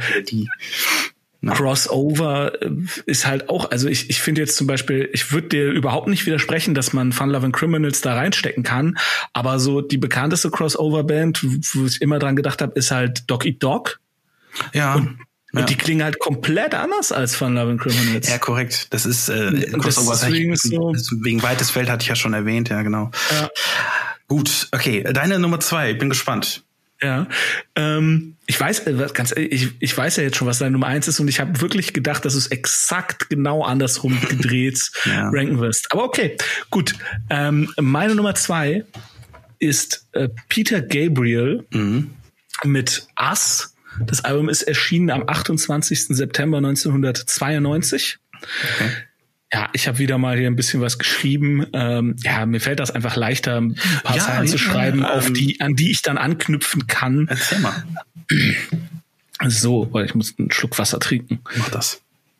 Crossover ist halt auch, also ich finde jetzt zum Beispiel, ich würde dir überhaupt nicht widersprechen, dass man Fun Lovin' Criminals da reinstecken kann, aber so die bekannteste Crossover-Band, wo ich immer dran gedacht habe, ist halt Dog Eat Dog. Ja. Und die klingen halt komplett anders als Fun Lovin' Criminals. Ja, korrekt. Das ist Crossover. Wegen Weites Feld hatte ich ja schon erwähnt, ja, genau. Ja. Gut, okay, deine Nummer 2, ich bin gespannt. Ja, ich weiß, ganz ehrlich, ich weiß ja jetzt schon, was deine Nummer 1 ist und ich habe wirklich gedacht, dass du es exakt genau andersrum gedreht ranken wirst. Aber okay, gut. Meine Nummer 2 ist Peter Gabriel mit Us. Das Album ist erschienen am 28. September 1992. Okay. Ja, ich habe wieder mal hier ein bisschen was geschrieben. Mir fällt das einfach leichter, ein paar Zeilen zu schreiben, an die ich dann anknüpfen kann. Erzähl mal. So, weil ich muss einen Schluck Wasser trinken. Mach das.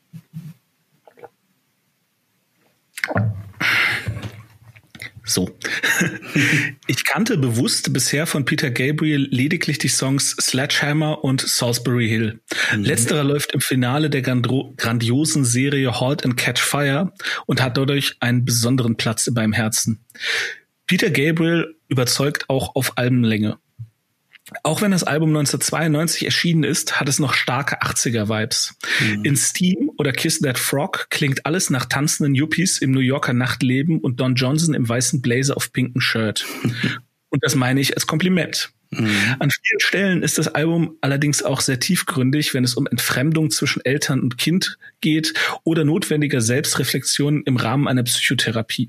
So. Ich kannte bewusst bisher von Peter Gabriel lediglich die Songs Sledgehammer und Salisbury Hill. Letzterer läuft im Finale der grandiosen Serie Halt and Catch Fire und hat dadurch einen besonderen Platz in meinem Herzen. Peter Gabriel überzeugt auch auf Albenlänge. Auch wenn das Album 1992 erschienen ist, hat es noch starke 80er-Vibes. In Steam oder Kiss That Frog klingt alles nach tanzenden Yuppies im New Yorker Nachtleben und Don Johnson im weißen Blazer auf pinkem Shirt. Und das meine ich als Kompliment. An vielen Stellen ist das Album allerdings auch sehr tiefgründig, wenn es um Entfremdung zwischen Eltern und Kind geht oder notwendige Selbstreflexion im Rahmen einer Psychotherapie.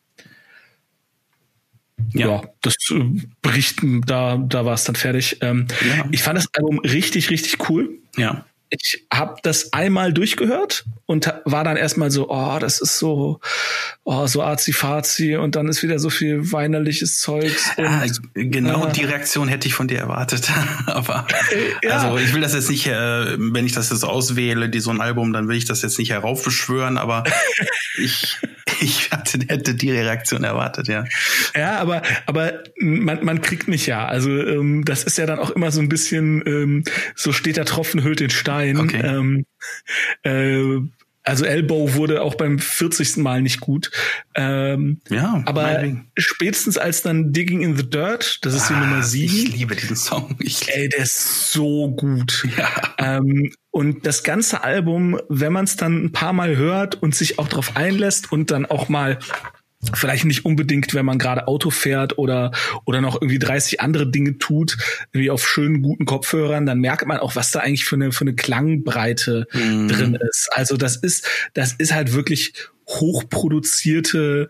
Ja, das Berichten, da war es dann fertig. Ich fand das Album richtig, richtig cool. Ja. Ich habe das einmal durchgehört und war dann erstmal so, das ist so arzi-fazi und dann ist wieder so viel weinerliches Zeugs. Genau die Reaktion hätte ich von dir erwartet. Aber also ich will das jetzt nicht, wenn ich das jetzt auswähle, so ein Album, dann will ich das jetzt nicht heraufbeschwören, aber ich hätte die Reaktion erwartet, ja. Ja, aber man kriegt mich ja. Also das ist ja dann auch immer so ein bisschen, so steht der Tropfen hüllt den Stein. Okay. Also Elbow wurde auch beim 40. Mal nicht gut. Aber spätestens als dann Digging in the Dirt, das ist die Nummer 7. Ich liebe diesen Song. Der ist so gut. Ja. Und das ganze Album, wenn man es dann ein paar Mal hört und sich auch drauf einlässt und dann auch mal vielleicht nicht unbedingt, wenn man gerade Auto fährt oder noch irgendwie 30 andere Dinge tut, wie auf schönen, guten Kopfhörern, dann merkt man auch, was da eigentlich für eine Klangbreite drin ist. Also das ist halt wirklich hochproduzierte,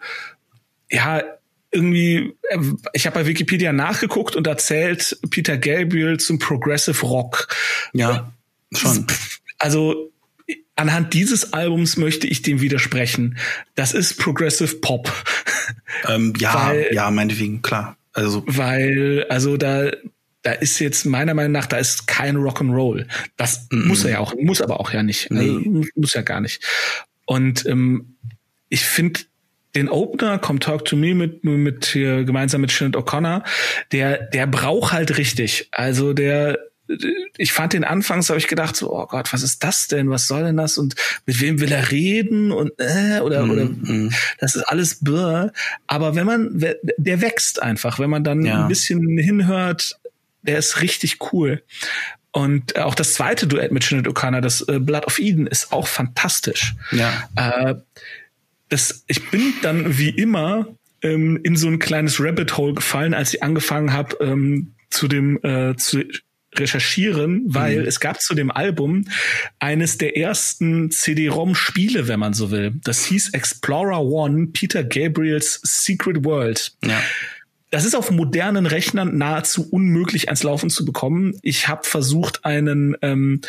irgendwie, ich habe bei Wikipedia nachgeguckt und da zählt Peter Gabriel zum Progressive Rock. Ja, schon. Also anhand dieses Albums möchte ich dem widersprechen. Das ist Progressive Pop. Meinetwegen, klar. Also da ist jetzt meiner Meinung nach, da ist kein Rock'n'Roll. Das muss er ja auch, muss aber auch ja nicht. Also, muss ja gar nicht. Und ich finde den Opener, Come Talk to Me mit hier gemeinsam mit Sinead O'Connor, der braucht halt richtig. Also ich fand den anfangs, habe ich gedacht so, oh Gott, was ist das denn? Was soll denn das? Und mit wem will er reden? Und oder das ist alles Brr. Aber der wächst einfach, wenn man dann ein bisschen hinhört, der ist richtig cool. Und auch das zweite Duett mit Sinead O'Connor, das Blood of Eden, ist auch fantastisch. Ja. Ich bin dann wie immer in so ein kleines Rabbit Hole gefallen, als ich angefangen habe zu recherchieren, weil es gab zu dem Album eines der ersten CD-ROM-Spiele, wenn man so will. Das hieß Explorer One, Peter Gabriel's Secret World. Ja. Das ist auf modernen Rechnern nahezu unmöglich ans Laufen zu bekommen. Ich habe versucht, einen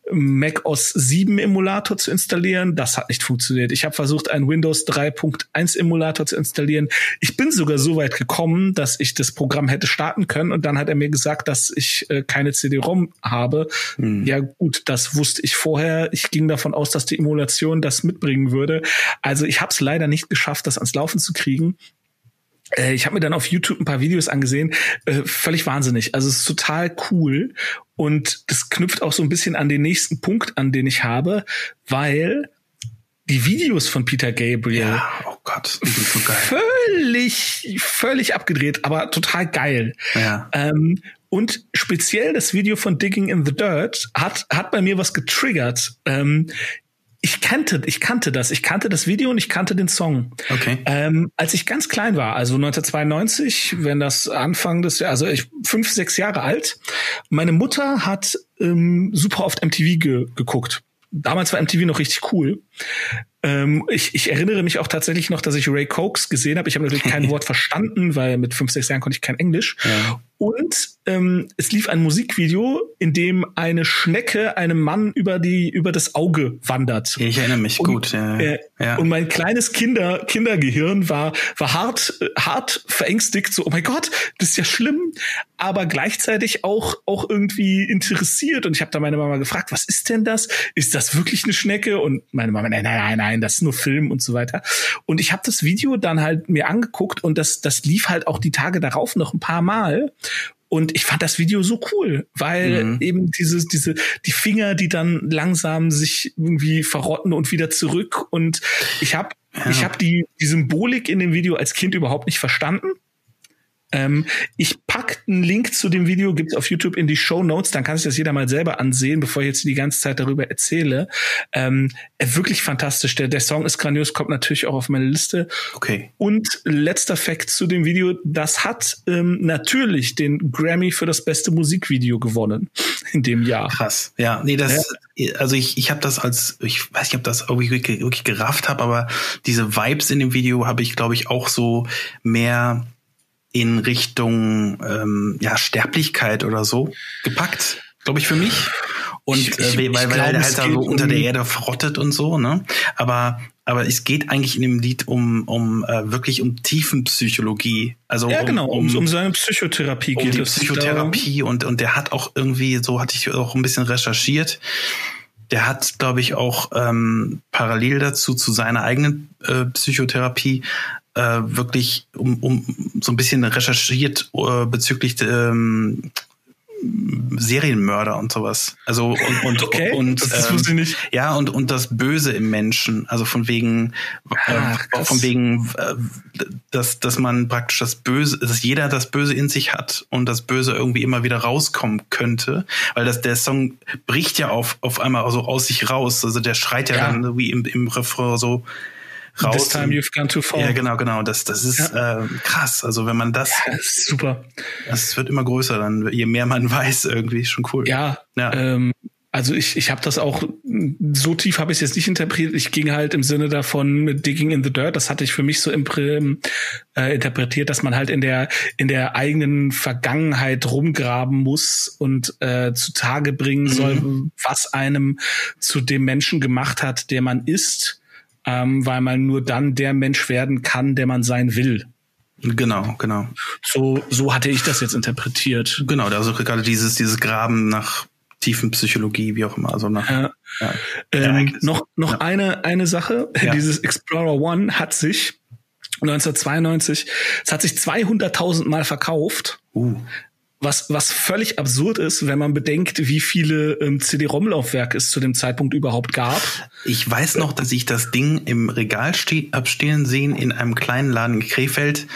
Mac OS 7 Emulator zu installieren. Das hat nicht funktioniert. Ich habe versucht, einen Windows 3.1 Emulator zu installieren. Ich bin sogar so weit gekommen, dass ich das Programm hätte starten können. Und dann hat er mir gesagt, dass ich keine CD-ROM habe. Ja gut, das wusste ich vorher. Ich ging davon aus, dass die Emulation das mitbringen würde. Also ich habe es leider nicht geschafft, das ans Laufen zu kriegen. Ich habe mir dann auf YouTube ein paar Videos angesehen, völlig wahnsinnig. Also es ist total cool und das knüpft auch so ein bisschen an den nächsten Punkt an, den ich habe, weil die Videos von Peter Gabriel, oh Gott, die sind so geil. völlig abgedreht, aber total geil. Ja. Und speziell das Video von Digging in the Dirt hat bei mir was getriggert. Ich kannte das Video und ich kannte den Song. Okay. Als ich ganz klein war, also 1992, wenn das Anfang des, also ich 5, 6 Jahre alt, meine Mutter hat super oft MTV geguckt. Damals war MTV noch richtig cool. Ich erinnere mich auch tatsächlich noch, dass ich Ray Cokes gesehen habe. Ich habe natürlich kein Wort verstanden, weil mit 5, 6 Jahren konnte ich kein Englisch. Ja. Und es lief ein Musikvideo, in dem eine Schnecke einem Mann über das Auge wandert. Ich erinnere mich gut. Ja. Und mein kleines Kindergehirn war hart verängstigt. So, oh mein Gott, das ist ja schlimm. Aber gleichzeitig auch irgendwie interessiert. Und ich habe da meine Mama gefragt, was ist denn das? Ist das wirklich eine Schnecke? Und meine Mama, nein, das ist nur Film und so weiter. Und ich habe das Video dann halt mir angeguckt und das lief halt auch die Tage darauf noch ein paar Mal. Und ich fand das Video so cool, weil eben die Finger, die dann langsam sich irgendwie verrotten und wieder zurück. Und ich habe die Symbolik in dem Video als Kind überhaupt nicht verstanden. Ich pack einen Link zu dem Video, gibt's auf YouTube in die Shownotes, dann kann sich das jeder mal selber ansehen, bevor ich jetzt die ganze Zeit darüber erzähle. Wirklich fantastisch. Der Song ist grandios, kommt natürlich auch auf meine Liste. Okay. Und letzter Fact zu dem Video, das hat natürlich den Grammy für das beste Musikvideo gewonnen in dem Jahr. Krass. Ja, nee, also ich habe das ich weiß nicht, ob das irgendwie wirklich gerafft habe, aber diese Vibes in dem Video habe ich, glaube ich, auch so mehr in Richtung Sterblichkeit oder so gepackt, glaube ich, für mich. Und weil er halt so unter der Erde verrottet und so, ne? Aber es geht eigentlich in dem Lied um wirklich um Tiefenpsychologie. Also um seine Psychotherapie geht es. Um die Psychotherapie und der hat auch irgendwie, so hatte ich auch ein bisschen recherchiert, der hat, glaube ich, auch parallel dazu zu seiner eigenen Psychotherapie wirklich um so ein bisschen recherchiert bezüglich Serienmörder und sowas. Also und das wusste ich nicht. Ja, und das Böse im Menschen. Also von wegen dass man praktisch das Böse, dass jeder das Böse in sich hat und das Böse irgendwie immer wieder rauskommen könnte. Weil der Song bricht ja auf einmal so aus sich raus. Also der schreit ja dann wie im Refrain so raus. This time you've gone too far. Ja, genau. Das ist krass. Also wenn man das... Ja, das ist super. Das wird immer größer dann, je mehr man weiß irgendwie. Ist schon cool. Ja. Also ich habe das auch, so tief habe ich es jetzt nicht interpretiert. Ich ging halt im Sinne davon mit Digging in the Dirt. Das hatte ich für mich so interpretiert, dass man halt in der eigenen Vergangenheit rumgraben muss und zutage bringen soll, was einem zu dem Menschen gemacht hat, der man ist. Weil man nur dann der Mensch werden kann, der man sein will. Genau. So hatte ich das jetzt interpretiert. Genau, also gerade dieses Graben nach Tiefenpsychologie, wie auch immer. Also nach, noch eine Sache. Ja. Dieses Explorer One hat sich 1992, es hat sich 200.000 Mal verkauft. Was völlig absurd ist, wenn man bedenkt, wie viele CD-ROM-Laufwerke es zu dem Zeitpunkt überhaupt gab. Ich weiß noch, dass ich das Ding im Regal abstehen sehen in einem kleinen Laden in Krefeld.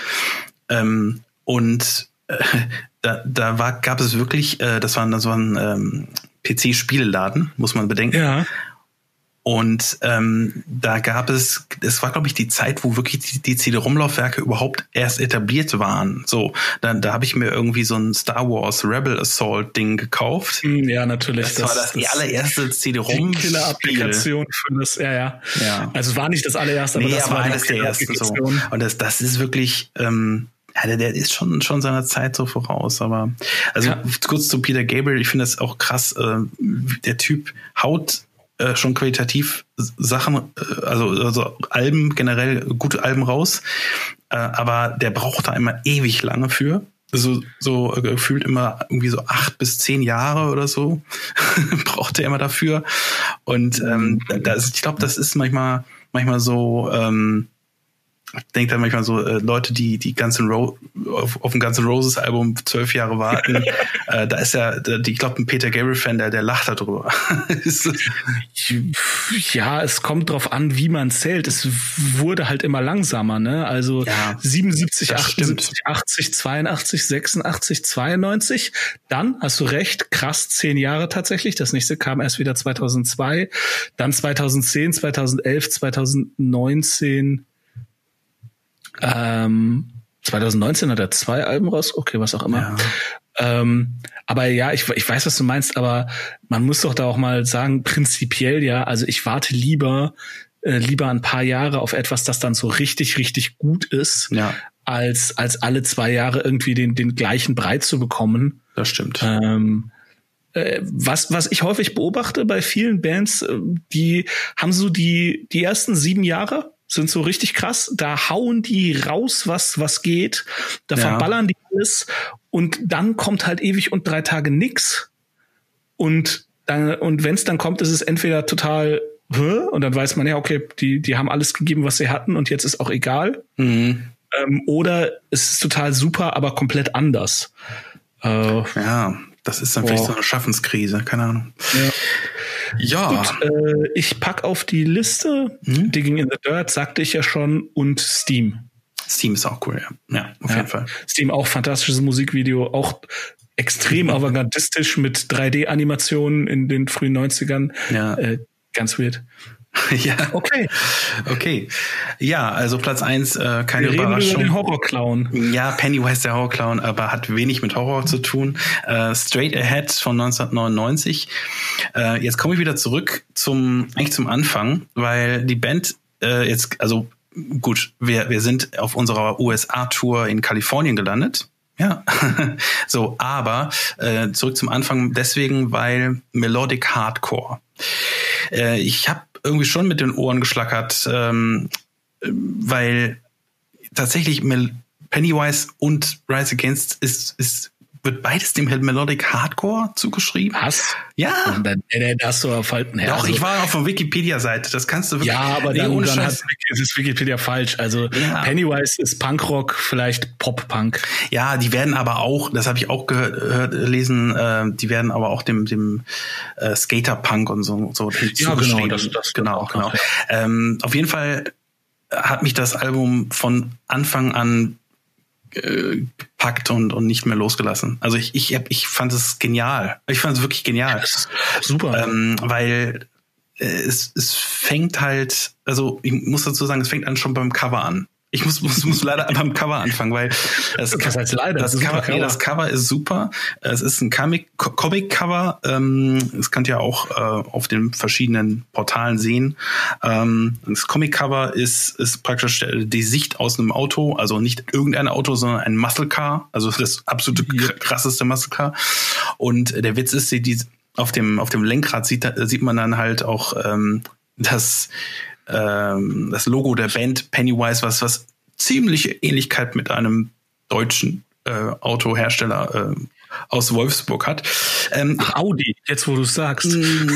Gab es wirklich, das war ein PC-Spieleladen, muss man bedenken. Ja. Und da gab es war, glaube ich, die Zeit, wo wirklich die CD-ROM-Laufwerke überhaupt erst etabliert waren. So, da habe ich mir irgendwie so ein Star Wars Rebel Assault Ding gekauft. Ja, natürlich. Das war die allererste CD-ROM-Killer-Applikation für das, ja. Also es war nicht das allererste, aber das war eines der ersten. So. Und das ist wirklich Ja, der ist schon seiner Zeit so voraus, aber also kurz zu Peter Gabriel, ich finde das auch krass, der Typ haut schon qualitativ Sachen, also Alben generell, gute Alben raus, aber der braucht da immer ewig lange für. So gefühlt immer irgendwie so 8 bis 10 Jahre oder so braucht er immer dafür. Und ich glaube, das ist manchmal so, ich denke da manchmal so, Leute, die auf ein Guns N' Roses Album 12 Jahre warten, da ist ich glaube, ein Peter Gabriel-Fan, der lacht darüber. Ja, es kommt drauf an, wie man zählt. Es wurde halt immer langsamer, ne? Also 77, 78, 80, 82, 86, 92. Dann, hast du recht, krass 10 Jahre tatsächlich. Das nächste kam erst wieder 2002. Dann 2010, 2011, 2019. 2019 hat er 2 Alben raus, okay, was auch immer. Ja. Aber ja, ich weiß, was du meinst, aber man muss doch da auch mal sagen, prinzipiell ja, also ich warte lieber ein paar Jahre auf etwas, das dann so richtig, richtig gut ist, als alle 2 Jahre irgendwie den gleichen Brei zu bekommen. Das stimmt. Was ich häufig beobachte bei vielen Bands, die haben so die ersten 7 Jahre sind so richtig krass, da hauen die raus, was geht, da verballern die alles und dann kommt halt ewig und 3 Tage nix und wenn es dann kommt, ist es entweder total und dann weiß man ja, okay, die haben alles gegeben, was sie hatten und jetzt ist auch egal, oder es ist total super, aber komplett anders. Das ist dann vielleicht so eine Schaffenskrise, keine Ahnung. Ja. Gut, ich pack auf die Liste Digging in the Dirt, sagte ich ja schon, und Steam. Steam ist auch cool, ja. Auf jeden Fall. Steam auch fantastisches Musikvideo, auch extrem avantgardistisch mit 3D-Animationen in den frühen 90ern. Ja. Ganz weird. Ja. Okay. Ja, also Platz 1, keine Überraschung. Wir reden über den Horrorclown. Ja, Pennywise der Horrorclown, aber hat wenig mit Horror zu tun. Straight Ahead von 1999. Jetzt komme ich wieder zurück zum Anfang, weil die Band also gut, wir sind auf unserer USA-Tour in Kalifornien gelandet. Ja, so, aber zurück zum Anfang deswegen, weil Melodic Hardcore. Ich habe irgendwie schon mit den Ohren geschlackert, weil tatsächlich Pennywise und Rise Against wird beides dem Melodic Hardcore zugeschrieben. Was? Ja. Da hast du auf halt ein Herz. Doch, ich war auf der Wikipedia-Seite. Das kannst du wirklich. Ja, aber dann ist Wikipedia falsch. Also Pennywise ist Punkrock, vielleicht Pop-Punk. Ja, die werden aber auch, das habe ich auch gelesen, die werden aber auch dem Skater-Punk und so hinzugeschrieben. Ja, genau. Genau. Auf jeden Fall hat mich das Album von Anfang an gepackt und nicht mehr losgelassen. Also ich fand es genial. Ich fand es wirklich genial. Super. Weil es fängt halt, also ich muss dazu sagen, es fängt an schon beim Cover an. Ich muss leider beim Cover anfangen, weil das Cover ist super. Es ist ein Comic-Cover. Das könnt ihr auch auf den verschiedenen Portalen sehen. Das Comic-Cover ist praktisch die Sicht aus einem Auto, also nicht irgendein Auto, sondern ein Muscle Car, also das absolute krasseste Muscle Car. Und der Witz ist, auf dem Lenkrad sieht man dann halt auch das Logo der Band Pennywise, was ziemliche Ähnlichkeit mit einem deutschen Autohersteller aus Wolfsburg hat. Audi, jetzt wo du es sagst.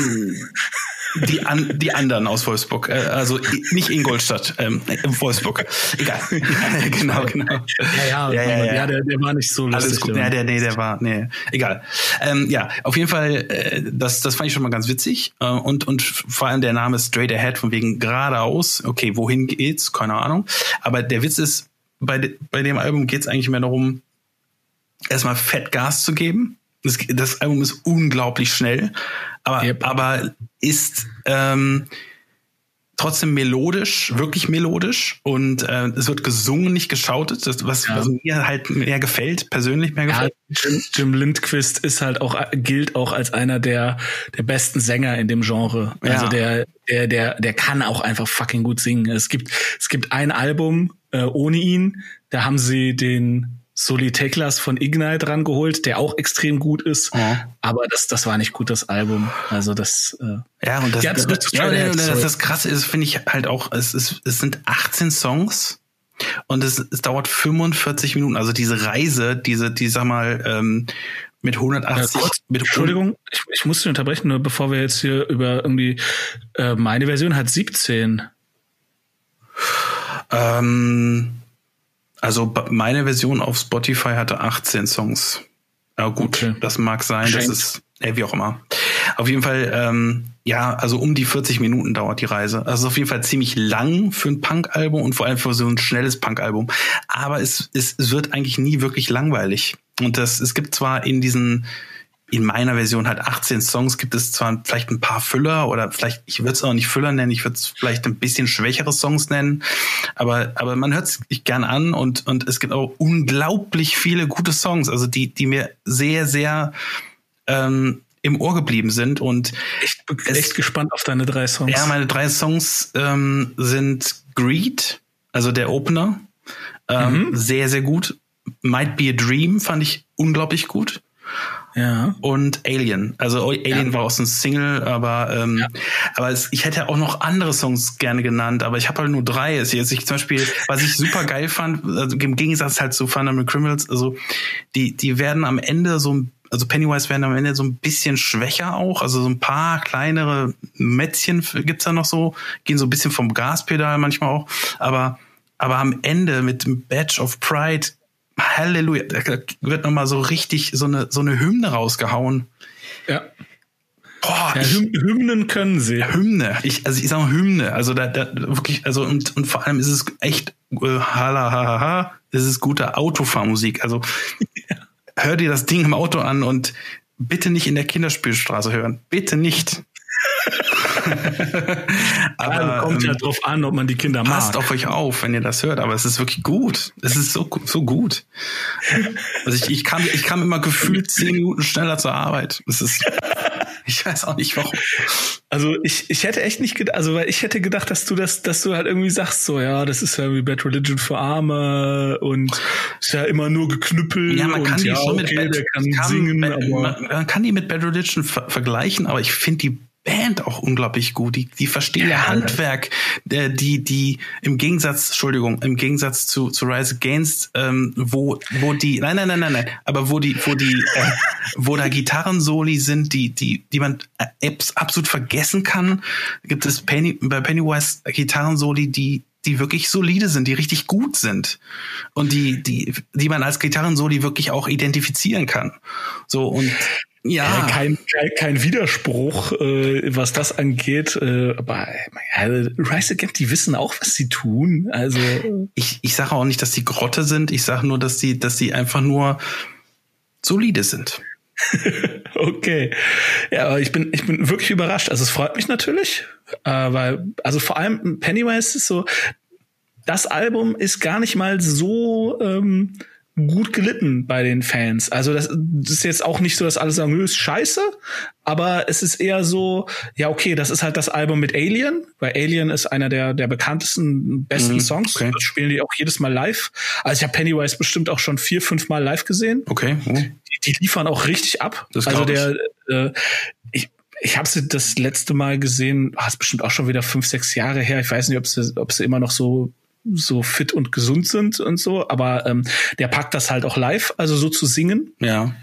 Die anderen aus Wolfsburg, also nicht Ingolstadt, Wolfsburg. Egal. Genau. Ja, der war nicht so lustig. Alles gut. Egal. Auf jeden Fall, das fand ich schon mal ganz witzig. Und vor allem der Name Straight Ahead, von wegen geradeaus. Okay, wohin geht's? Keine Ahnung. Aber der Witz ist, bei dem Album geht's eigentlich mehr darum, erstmal fett Gas zu geben. Das Album ist unglaublich schnell, aber ist trotzdem melodisch, wirklich melodisch, und es wird gesungen, nicht geschautet, was mir halt mehr gefällt, persönlich mehr gefällt. Jim Lindquist ist halt gilt auch als einer der besten Sänger in dem Genre. Also der kann auch einfach fucking gut singen. Es gibt ein Album ohne ihn, Da haben sie den Soli Teklas von Ignite rangeholt, der auch extrem gut ist. Aber das war nicht gut, das Album. Also das und das Krasse ist, finde ich halt auch, es sind 18 Songs und es dauert 45 Minuten. Also diese Reise, die sag mal, mit 180. Entschuldigung, ich muss dich unterbrechen, nur bevor wir jetzt hier über irgendwie meine Version hat 17. Also meine Version auf Spotify hatte 18 Songs. Ja gut, okay. Das mag sein, das ist wie auch immer. Auf jeden Fall, also um die 40 Minuten dauert die Reise. Also auf jeden Fall ziemlich lang für ein Punk-Album und vor allem für so ein schnelles Punk-Album. Aber es wird eigentlich nie wirklich langweilig. Und es gibt zwar in meiner Version halt 18 Songs, gibt es zwar vielleicht ein paar Füller oder vielleicht, ich würde es auch nicht Füller nennen, ich würde es vielleicht ein bisschen schwächere Songs nennen, aber man hört es sich gern an und es gibt auch unglaublich viele gute Songs, also die mir sehr, sehr im Ohr geblieben sind und ich bin echt gespannt auf deine 3 Songs. Ja, meine 3 Songs sind Greed, also der Opener, sehr, sehr gut. Might Be a Dream fand ich unglaublich gut. Ja. Und Alien. Also Alien war aus einem Single, aber ich hätte auch noch andere Songs gerne genannt, aber ich habe halt nur 3. Also ich zum Beispiel, was ich super geil fand, also im Gegensatz halt zu Fundamental Criminals, also die werden am Ende also Pennywise werden am Ende so ein bisschen schwächer auch, also so ein paar kleinere Mätzchen gibt's da noch so, gehen so ein bisschen vom Gaspedal manchmal auch, aber am Ende mit dem Badge of Pride, Halleluja, da wird nochmal so richtig so eine Hymne rausgehauen. Ja. Boah, Hymnen können sie. Hymne. Ich sag mal Hymne. Also da wirklich, also und vor allem ist es echt das ist gute Autofahrmusik. Also hör dir das Ding im Auto an und bitte nicht in der Kinderspielstraße hören. Bitte nicht. Aber kommt ja drauf an, ob man die Kinder mag. Passt auf euch auf, wenn ihr das hört, aber es ist wirklich gut. Es ist so gut. Also ich kam immer gefühlt 10 Minuten schneller zur Arbeit. Ich weiß auch nicht warum. Also ich hätte echt nicht gedacht, weil ich hätte gedacht, dass du halt irgendwie sagst, so, ja, das ist ja wie Bad Religion für Arme und ist ja immer nur geknüppelt. Ja, man kann die schon mit man kann die mit Bad Religion vergleichen, aber ich finde die Band auch unglaublich gut. Die verstehen ja Handwerk, die im Gegensatz zu Rise Against, wo da Gitarrensoli sind, die man absolut vergessen kann, gibt es bei Pennywise Gitarrensoli, die wirklich solide sind, die richtig gut sind und die man als Gitarrensoli wirklich auch identifizieren kann. So und ja, kein Widerspruch, was das angeht. Aber Rise Against, die wissen auch, was sie tun. Also ich sage auch nicht, dass die Grotte sind. Ich sage nur, dass die einfach nur solide sind. Okay. Ja, aber ich bin wirklich überrascht. Also es freut mich natürlich, weil also vor allem Pennywise ist so, das Album ist gar nicht mal so gut gelitten bei den Fans. Also das ist jetzt auch nicht so, dass alle sagen, ist scheiße, aber es ist eher so, ja okay, das ist halt das Album mit Alien, weil Alien ist einer der bekanntesten, besten Songs. Okay. Das spielen die auch jedes Mal live. Also ich habe Pennywise bestimmt auch schon 4-5 Mal live gesehen. Okay. Die liefern auch richtig ab. Das also ich habe sie das letzte Mal gesehen, ist bestimmt auch schon wieder 5-6 Jahre her. Ich weiß nicht, ob sie immer noch so fit und gesund sind und so, aber der packt das halt auch live, also so zu singen. Ja.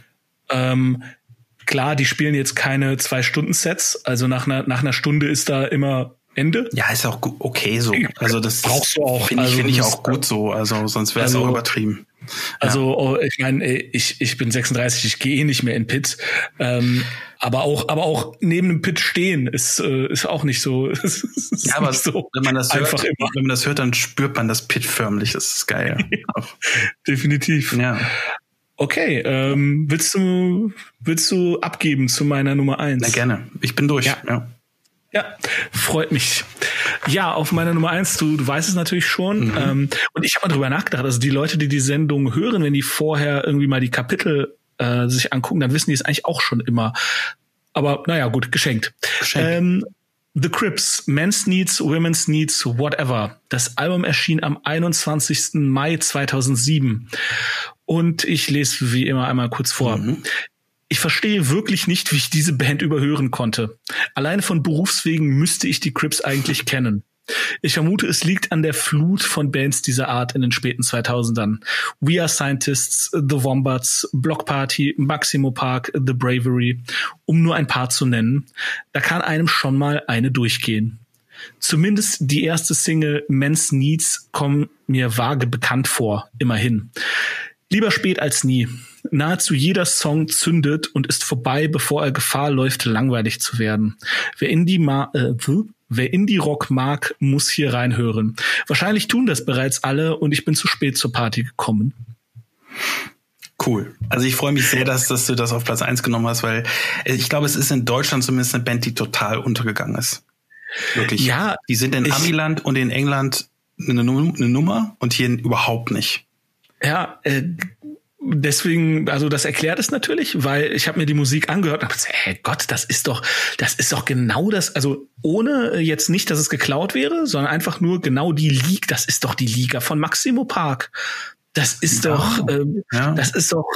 Klar, die spielen jetzt keine 2-Stunden-Sets, also nach einer Stunde ist da immer Ende. Ja, ist auch okay so. Also das brauchst du auch. Finde ich auch gut so, also sonst wäre es auch übertrieben. Also ich meine, ich bin 36, ich gehe nicht mehr in Pit. Aber auch neben dem Pit stehen ist auch nicht so. Ja, aber so wenn man das hört, dann spürt man das Pit förmlich. Das ist geil. Ja, definitiv. Ja. Okay, willst du abgeben zu meiner Nummer 1? Na gerne. Ich bin durch. Ja, freut mich. Ja, auf meiner Nummer 1, du weißt es natürlich schon. Und ich habe mal drüber nachgedacht, also die Leute, die die Sendung hören, wenn die vorher irgendwie mal die Kapitel sich angucken, dann wissen die es eigentlich auch schon immer. Aber naja, gut, geschenkt. The Crips, Men's Needs, Women's Needs, Whatever. Das Album erschien am 21. Mai 2007. Und ich lese wie immer einmal kurz vor. Ich verstehe wirklich nicht, wie ich diese Band überhören konnte. Alleine von Berufswegen müsste ich die Crips eigentlich kennen. Ich vermute, es liegt an der Flut von Bands dieser Art in den späten 2000ern. We Are Scientists, The Wombats, Block Party, Maximo Park, The Bravery, um nur ein paar zu nennen. Da kann einem schon mal eine durchgehen. Zumindest die erste Single Men's Needs kommt mir vage bekannt vor, immerhin. Lieber spät als nie. Nahezu jeder Song zündet und ist vorbei, bevor er Gefahr läuft, langweilig zu werden. Wer Indie-Rock mag, muss hier reinhören. Wahrscheinlich tun das bereits alle und ich bin zu spät zur Party gekommen. Cool. Also ich freue mich sehr, dass du das auf Platz 1 genommen hast, weil ich glaube, es ist in Deutschland zumindest eine Band, die total untergegangen ist. Wirklich. Ja. Die sind in Amiland und in England eine Nummer und hier überhaupt nicht. Ja, deswegen, also das erklärt es natürlich, weil ich habe mir die Musik angehört und habe gesagt, hey Gott, das ist doch genau das, also ohne jetzt nicht, dass es geklaut wäre, sondern einfach nur genau die Liga, das ist doch die Liga von Maximo Park. Das ist das ist doch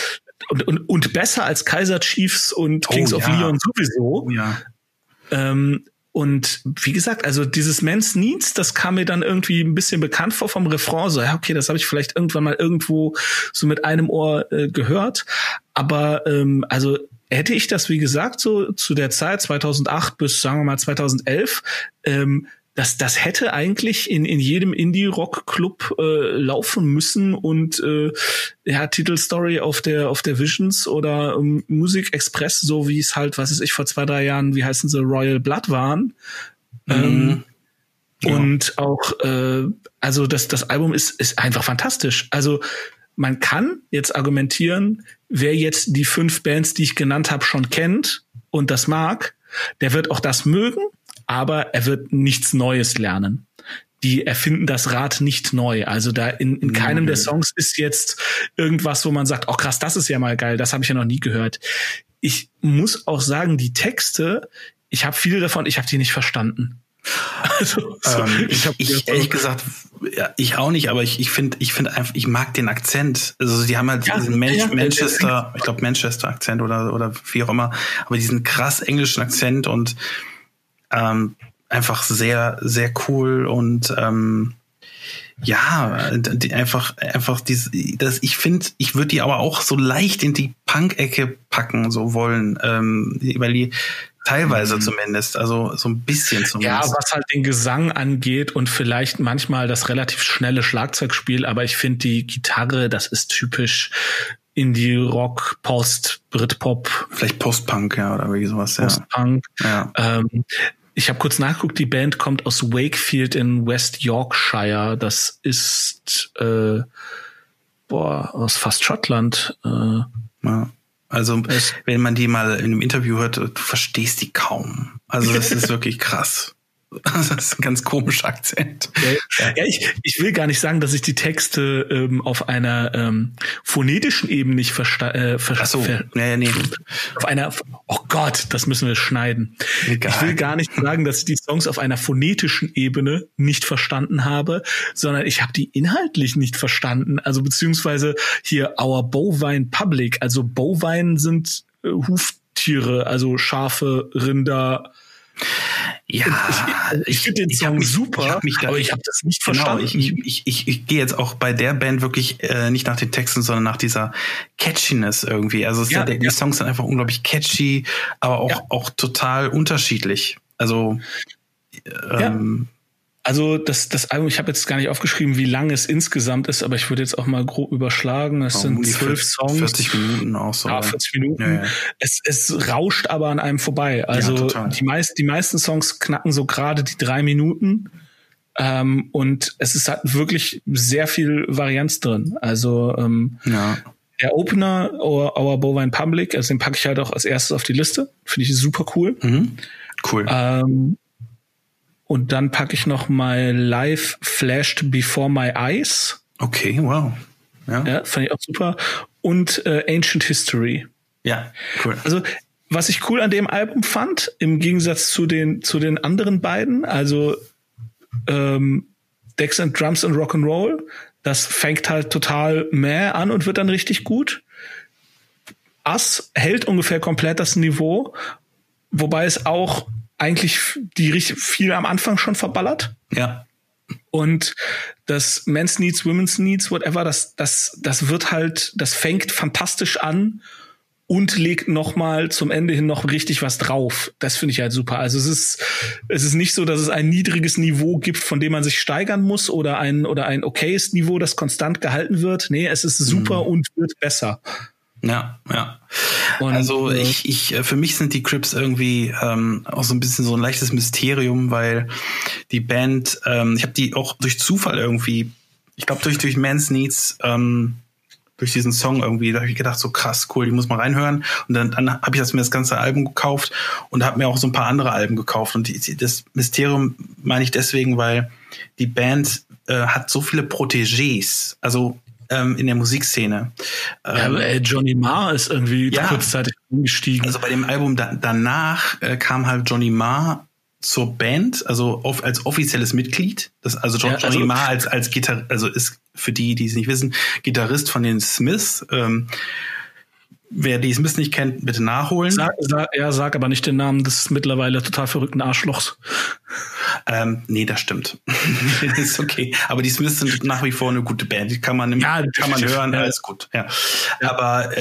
und besser als Kaiser Chiefs und Kings of Leon sowieso. Oh, ja. Und wie gesagt, also dieses Men's Needs, das kam mir dann irgendwie ein bisschen bekannt vor vom Refrain. So, ja, okay, das habe ich vielleicht irgendwann mal irgendwo so mit einem Ohr gehört. Aber also hätte ich das, wie gesagt, so zu der Zeit 2008 bis, sagen wir mal, 2011, das hätte eigentlich in jedem Indie-Rock-Club laufen müssen und Titelstory auf der Visions oder Music Express, so wie es halt, was weiß ich, vor 2-3 Jahren, wie heißen sie, Royal Blood waren. Und auch, also das Album ist einfach fantastisch. Also man kann jetzt argumentieren, wer jetzt die 5 Bands, die ich genannt habe, schon kennt und das mag, der wird auch das mögen. Aber er wird nichts Neues lernen. Die erfinden das Rad nicht neu. Also da in keinem der Songs ist jetzt irgendwas, wo man sagt, oh krass, das ist ja mal geil, das habe ich ja noch nie gehört. Ich muss auch sagen, die Texte, ich habe viele davon, ich habe die nicht verstanden. Also, ich ehrlich gesagt, ja, ich auch nicht, aber ich finde einfach, ich mag den Akzent. Also die haben halt diesen Manchester, ich glaube Manchester-Akzent oder wie auch immer, aber diesen krass englischen Akzent und einfach sehr, sehr cool und einfach ich finde, ich würde die aber auch so leicht in die Punk-Ecke packen, so wollen, weil die teilweise zumindest, also so ein bisschen zumindest. Ja, was halt den Gesang angeht und vielleicht manchmal das relativ schnelle Schlagzeugspiel, aber ich finde die Gitarre, das ist typisch Indie-Rock, Post, Britpop. Vielleicht Post-Punk, ja, oder wie sowas, Post-Punk. Ja. Ich habe kurz nachgeguckt, die Band kommt aus Wakefield in West Yorkshire. Das ist aus fast Schottland. Ja. Also wenn man die mal in einem Interview hört, du verstehst die kaum. Also das ist wirklich krass. Das ist ein ganz komischer Akzent. Ja, ich will gar nicht sagen, dass ich die Texte auf einer phonetischen Ebene nicht verstehe. Nee. Auf einer, oh Gott, das müssen wir schneiden. Egal. Ich will gar nicht sagen, dass ich die Songs auf einer phonetischen Ebene nicht verstanden habe, sondern ich habe die inhaltlich nicht verstanden. Also beziehungsweise hier Our Bovine Public. Also Bovine sind Huftiere, also Schafe, Rinder. Ja, ich finde den Song super, aber ich habe das nicht verstanden. Ich gehe jetzt auch bei der Band wirklich nicht nach den Texten, sondern nach dieser Catchiness irgendwie. Also die Songs sind einfach unglaublich catchy, aber auch total unterschiedlich. Also Also das Album, ich habe jetzt gar nicht aufgeschrieben, wie lang es insgesamt ist, aber ich würde jetzt auch mal grob überschlagen. Es sind 12 Songs. 40 Minuten auch so. Ja, 40 Minuten. Ja. Es rauscht aber an einem vorbei. Also die meisten Songs knacken so gerade die 3 Minuten. Und es ist halt wirklich sehr viel Varianz drin. Also der Opener, Our Bovine Public, also den packe ich halt auch als erstes auf die Liste. Finde ich super cool. Mhm. Cool. Und dann packe ich noch My Life Flashed Before My Eyes. Okay, wow. Ja, fand ich auch super. Und Ancient History. Ja, cool. Also was ich cool an dem Album fand, im Gegensatz zu den anderen beiden, also Decks and Drums and Rock'n'Roll, das fängt halt total mäh an und wird dann richtig gut. Us hält ungefähr komplett das Niveau, wobei es auch eigentlich die richtig viel am Anfang schon verballert. Ja. Und das Men's Needs, Women's Needs, whatever, das wird halt, das fängt fantastisch an und legt noch mal zum Ende hin noch richtig was drauf. Das finde ich halt super. Also es ist nicht so, dass es ein niedriges Niveau gibt, von dem man sich steigern muss oder ein okayes Niveau, das konstant gehalten wird. Nee, es ist super und wird besser. Ja. Und, also ich für mich sind die Crips irgendwie auch so ein bisschen so ein leichtes Mysterium, weil die Band, ich habe die auch durch Zufall irgendwie, ich glaube durch Men's Needs, durch diesen Song irgendwie, da habe ich gedacht, so krass, cool, die muss man reinhören. Und dann habe ich mir das ganze Album gekauft und habe mir auch so ein paar andere Alben gekauft. Und das Mysterium meine ich deswegen, weil die Band hat so viele Protégés, also in der Musikszene. Johnny Marr ist irgendwie kurzzeitig umgestiegen. Also bei dem Album danach kam halt Johnny Marr zur Band, also als offizielles Mitglied. Johnny Marr als Gitarrist, also ist für die es nicht wissen, Gitarrist von den Smiths. Wer die Smiths nicht kennt, bitte nachholen. Sag aber nicht den Namen des mittlerweile total verrückten Arschlochs. Nee, das stimmt. Ist okay. Aber die Smiths sind nach wie vor eine gute Band. Die kann man hören, alles gut. Ja. Aber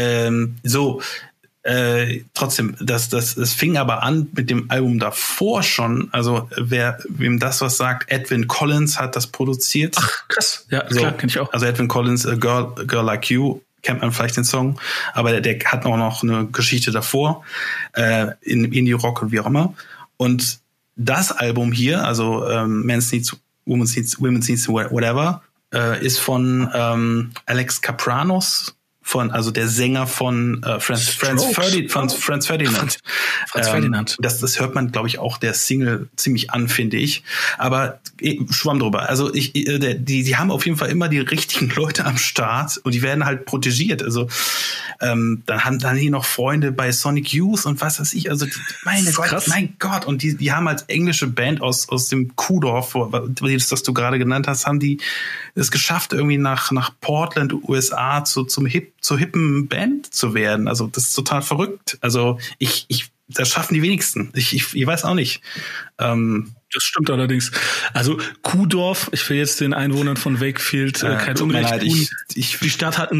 trotzdem, das fing aber an mit dem Album davor schon. Also wem das was sagt, Edwyn Collins hat das produziert. Ach, krass. Ja, klar, kenn ich auch. Also Edwyn Collins, A Girl Like You, kennt man vielleicht den Song, aber der hat auch noch eine Geschichte davor, in Indie-Rock und wie auch immer. Und das Album hier, also Men's Needs, Women's Needs, whatever, ist von Alex Kapranos, also der Sänger von Franz Ferdinand. Das hört man, glaube ich, auch der Single ziemlich an, finde ich. Aber schwamm drüber. Also die haben auf jeden Fall immer die richtigen Leute am Start und die werden halt protegiert. Also dann haben die noch Freunde bei Sonic Youth und was weiß ich. Also mein Gott. Und die haben als englische Band aus dem Kuhdorf, das du gerade genannt hast, haben die es geschafft, irgendwie nach Portland, USA zur hippen Band zu werden. Also das ist total verrückt. Also das schaffen die wenigsten. Ich weiß auch nicht. Das stimmt allerdings. Also Kuhdorf, ich will jetzt den Einwohnern von Wakefield kein Unrecht tun. Die Stadt hat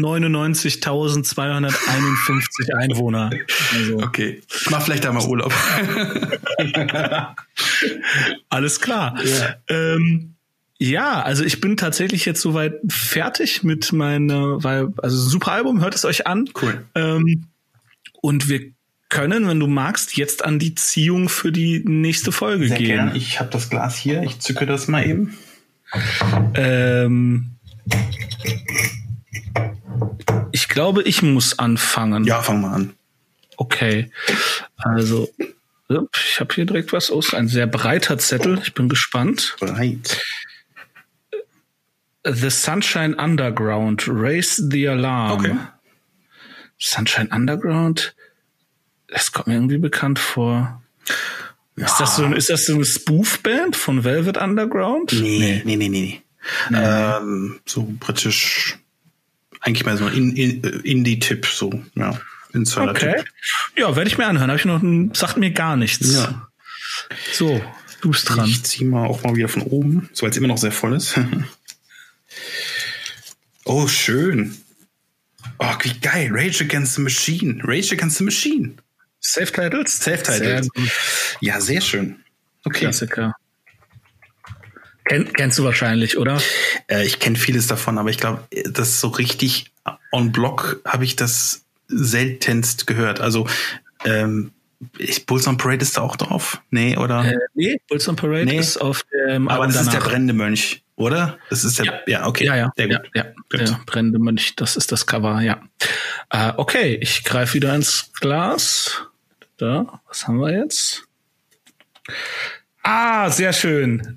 99.251 Einwohner. Also. Okay, ich mach vielleicht einmal Urlaub. Alles klar. Ja. Also ich bin tatsächlich jetzt soweit fertig mit also super Album, hört es euch an. Cool. Und wir können, wenn du magst, jetzt an die Ziehung für die nächste Folge Sehr gehen. Gern. Ich habe das Glas hier, ich zücke das mal eben. Ich glaube, ich muss anfangen. Ja, fang mal an. Okay, also ich habe hier direkt was aus, ein sehr breiter Zettel, ich bin gespannt. Breit. The Sunshine Underground, Raise the Alarm. Okay. Sunshine Underground, das kommt mir irgendwie bekannt vor. Ja. Ist das so eine Spoof-Band von Velvet Underground? Nee. So britisch, eigentlich mal so ein Indie-Tipp, so, ja. Insider-Tipp. Okay. Ja, werde ich mir anhören. Sagt mir gar nichts. Ja. So, du bist dran. Ich zieh mal auch mal wieder von oben, so weil es immer noch sehr voll ist. Oh, schön. Oh, wie geil. Rage Against the Machine. Self-Titles? Self-Titles. Ja, sehr schön. Okay. Klassiker. Kennst du wahrscheinlich, oder? Ich kenne vieles davon, aber ich glaube, das so richtig on Block habe ich das seltenst gehört. Also Bulls on Parade ist da auch drauf? Nee, oder? Nee, Bulls on Parade ist auf dem aber das danach. Ist der brennende Mönch, oder? Das ist der, ja okay. Ja. Sehr gut. Ja. Der brennende Mönch, das ist das Cover, ja. Okay, ich greife wieder ins Glas. Da, was haben wir jetzt? Sehr schön.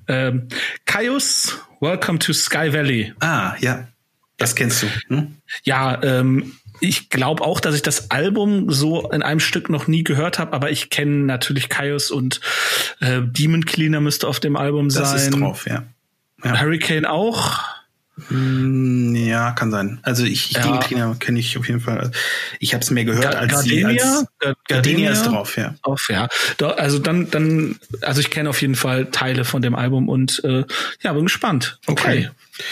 Caius, Welcome to Sky Valley. Ja. Das kennst du. Hm? Ja, Ich glaube auch, dass ich das Album so in einem Stück noch nie gehört habe, aber ich kenne natürlich Kyuss und Demon Cleaner müsste auf dem Album sein. Das ist drauf, ja. Hurricane auch. Ja, kann sein. Also Demon Cleaner kenne ich auf jeden Fall. Ich habe es mehr gehört als Gardenia ist drauf, ja. Also also ich kenne auf jeden Fall Teile von dem Album und bin gespannt. Okay.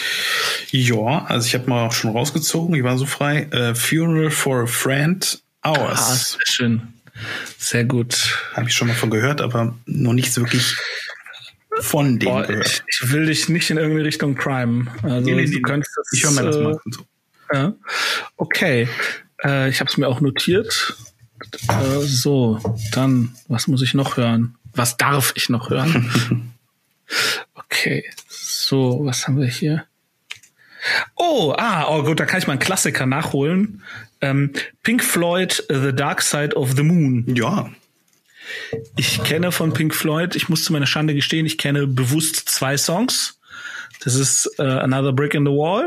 Ja, also ich habe mal auch schon rausgezogen, ich war so frei. Funeral for a Friend, Hours. Sehr schön. Sehr gut. Habe ich schon mal von gehört, aber noch nicht so wirklich von dem gehört. Ich will dich nicht in irgendeine Richtung primen. Also du könntest das. Ich höre mir das mal an. Ja. Okay. Ich habe es mir auch notiert. So, dann, was muss ich noch hören? Was darf ich noch hören? Okay. So, was haben wir hier? Oh gut, da kann ich mal einen Klassiker nachholen. Pink Floyd, The Dark Side of the Moon. Ja. Ich kenne von Pink Floyd, ich muss zu meiner Schande gestehen, ich kenne bewusst 2 Songs. Das ist Another Brick in the Wall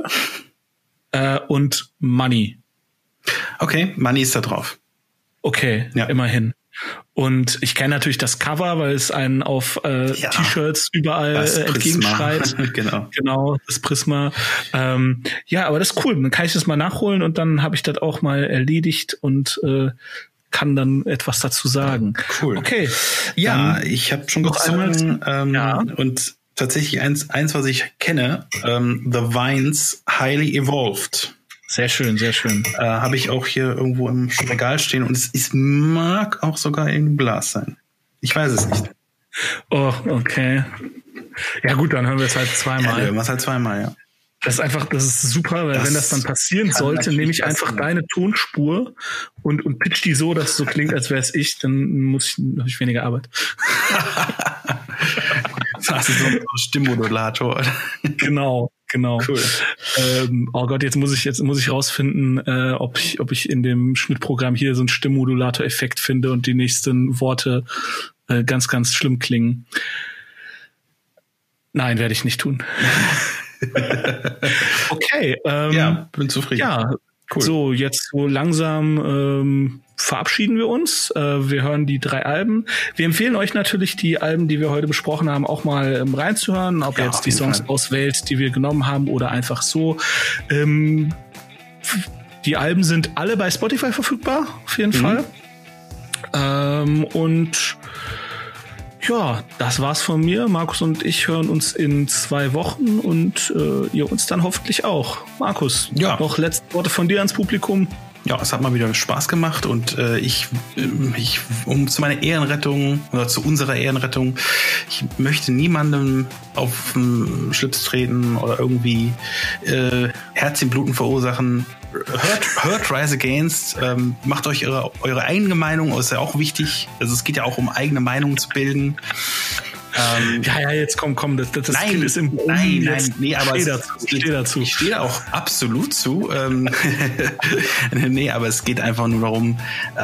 und Money. Okay, Money ist da drauf. Okay, ja. Immerhin. Und ich kenne natürlich das Cover, weil es einen auf T-Shirts überall entgegenschreit. Genau, das Prisma. Aber das ist cool. Dann kann ich das mal nachholen und dann habe ich das auch mal erledigt und kann dann etwas dazu sagen. Cool. Okay. Ja, ich habe schon gezogen und tatsächlich eins, was ich kenne, The Vines, Highly Evolved. Sehr schön, sehr schön. Habe ich auch hier irgendwo im Regal stehen und es mag auch sogar im Glas sein. Ich weiß es nicht. Oh, okay. Ja gut, dann hören wir es halt zweimal. Ja, hören wir es halt zweimal, ja. Das ist super, weil wenn das dann passieren sollte, nehme ich einfach deine Tonspur und pitch die so, dass es so klingt, als wäre es ich, dann habe ich weniger Arbeit. Das ist so ein Stimmmodulator. Genau. Cool. Oh Gott, jetzt muss ich rausfinden, ob ich in dem Schnittprogramm hier so einen Stimmmodulator-Effekt finde und die nächsten Worte ganz, ganz schlimm klingen. Nein, werde ich nicht tun. Okay. Bin zufrieden. Ja, cool. So, jetzt so langsam verabschieden wir uns. Wir hören die 3 Alben. Wir empfehlen euch natürlich, die Alben, die wir heute besprochen haben, auch mal reinzuhören, ob ihr jetzt die Songs auswählt, die wir genommen haben oder einfach so. Die Alben sind alle bei Spotify verfügbar, auf jeden Fall. Und ja, das war's von mir. Markus und ich hören uns in 2 Wochen und ihr uns dann hoffentlich auch. Markus, noch letzte Worte von dir ans Publikum. Ja, es hat mal wieder Spaß gemacht und ich um zu meiner Ehrenrettung oder zu unserer Ehrenrettung, ich möchte niemandem auf den Schlips treten oder irgendwie Herzchenbluten verursachen. Hört Rise Against, macht euch eure eigene Meinung, ist ja auch wichtig. Also es geht ja auch um eigene Meinungen zu bilden. Jetzt komm, das Kind ist im Brunnen. Nein, aber stehe dazu. Ich stehe da auch absolut zu. Aber es geht einfach nur darum,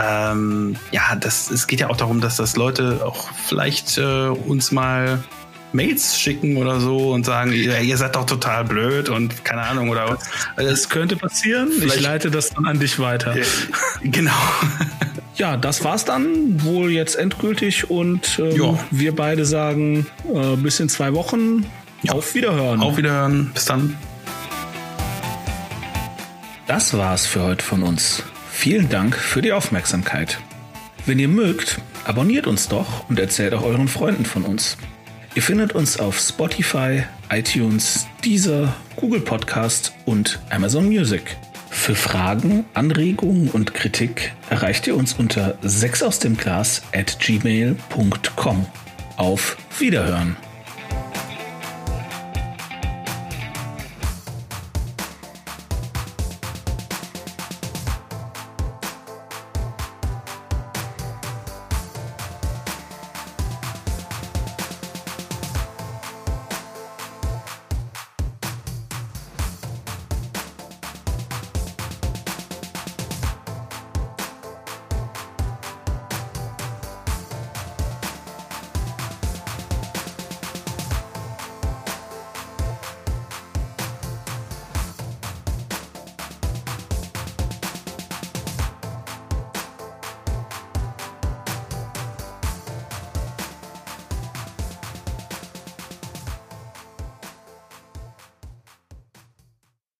es geht ja auch darum, dass das Leute auch vielleicht uns mal Mails schicken oder so und sagen, ihr seid doch total blöd und keine Ahnung oder das könnte passieren. Ich leite das dann an dich weiter. Genau. Ja, das war's dann wohl jetzt endgültig und wir beide sagen bis in 2 Wochen. Auf Wiederhören. Auf Wiederhören. Bis dann. Das war's für heute von uns. Vielen Dank für die Aufmerksamkeit. Wenn ihr mögt, abonniert uns doch und erzählt auch euren Freunden von uns. Ihr findet uns auf Spotify, iTunes, Deezer, Google Podcast und Amazon Music. Für Fragen, Anregungen und Kritik erreicht ihr uns unter 6ausdemglas@gmail.com. Auf Wiederhören!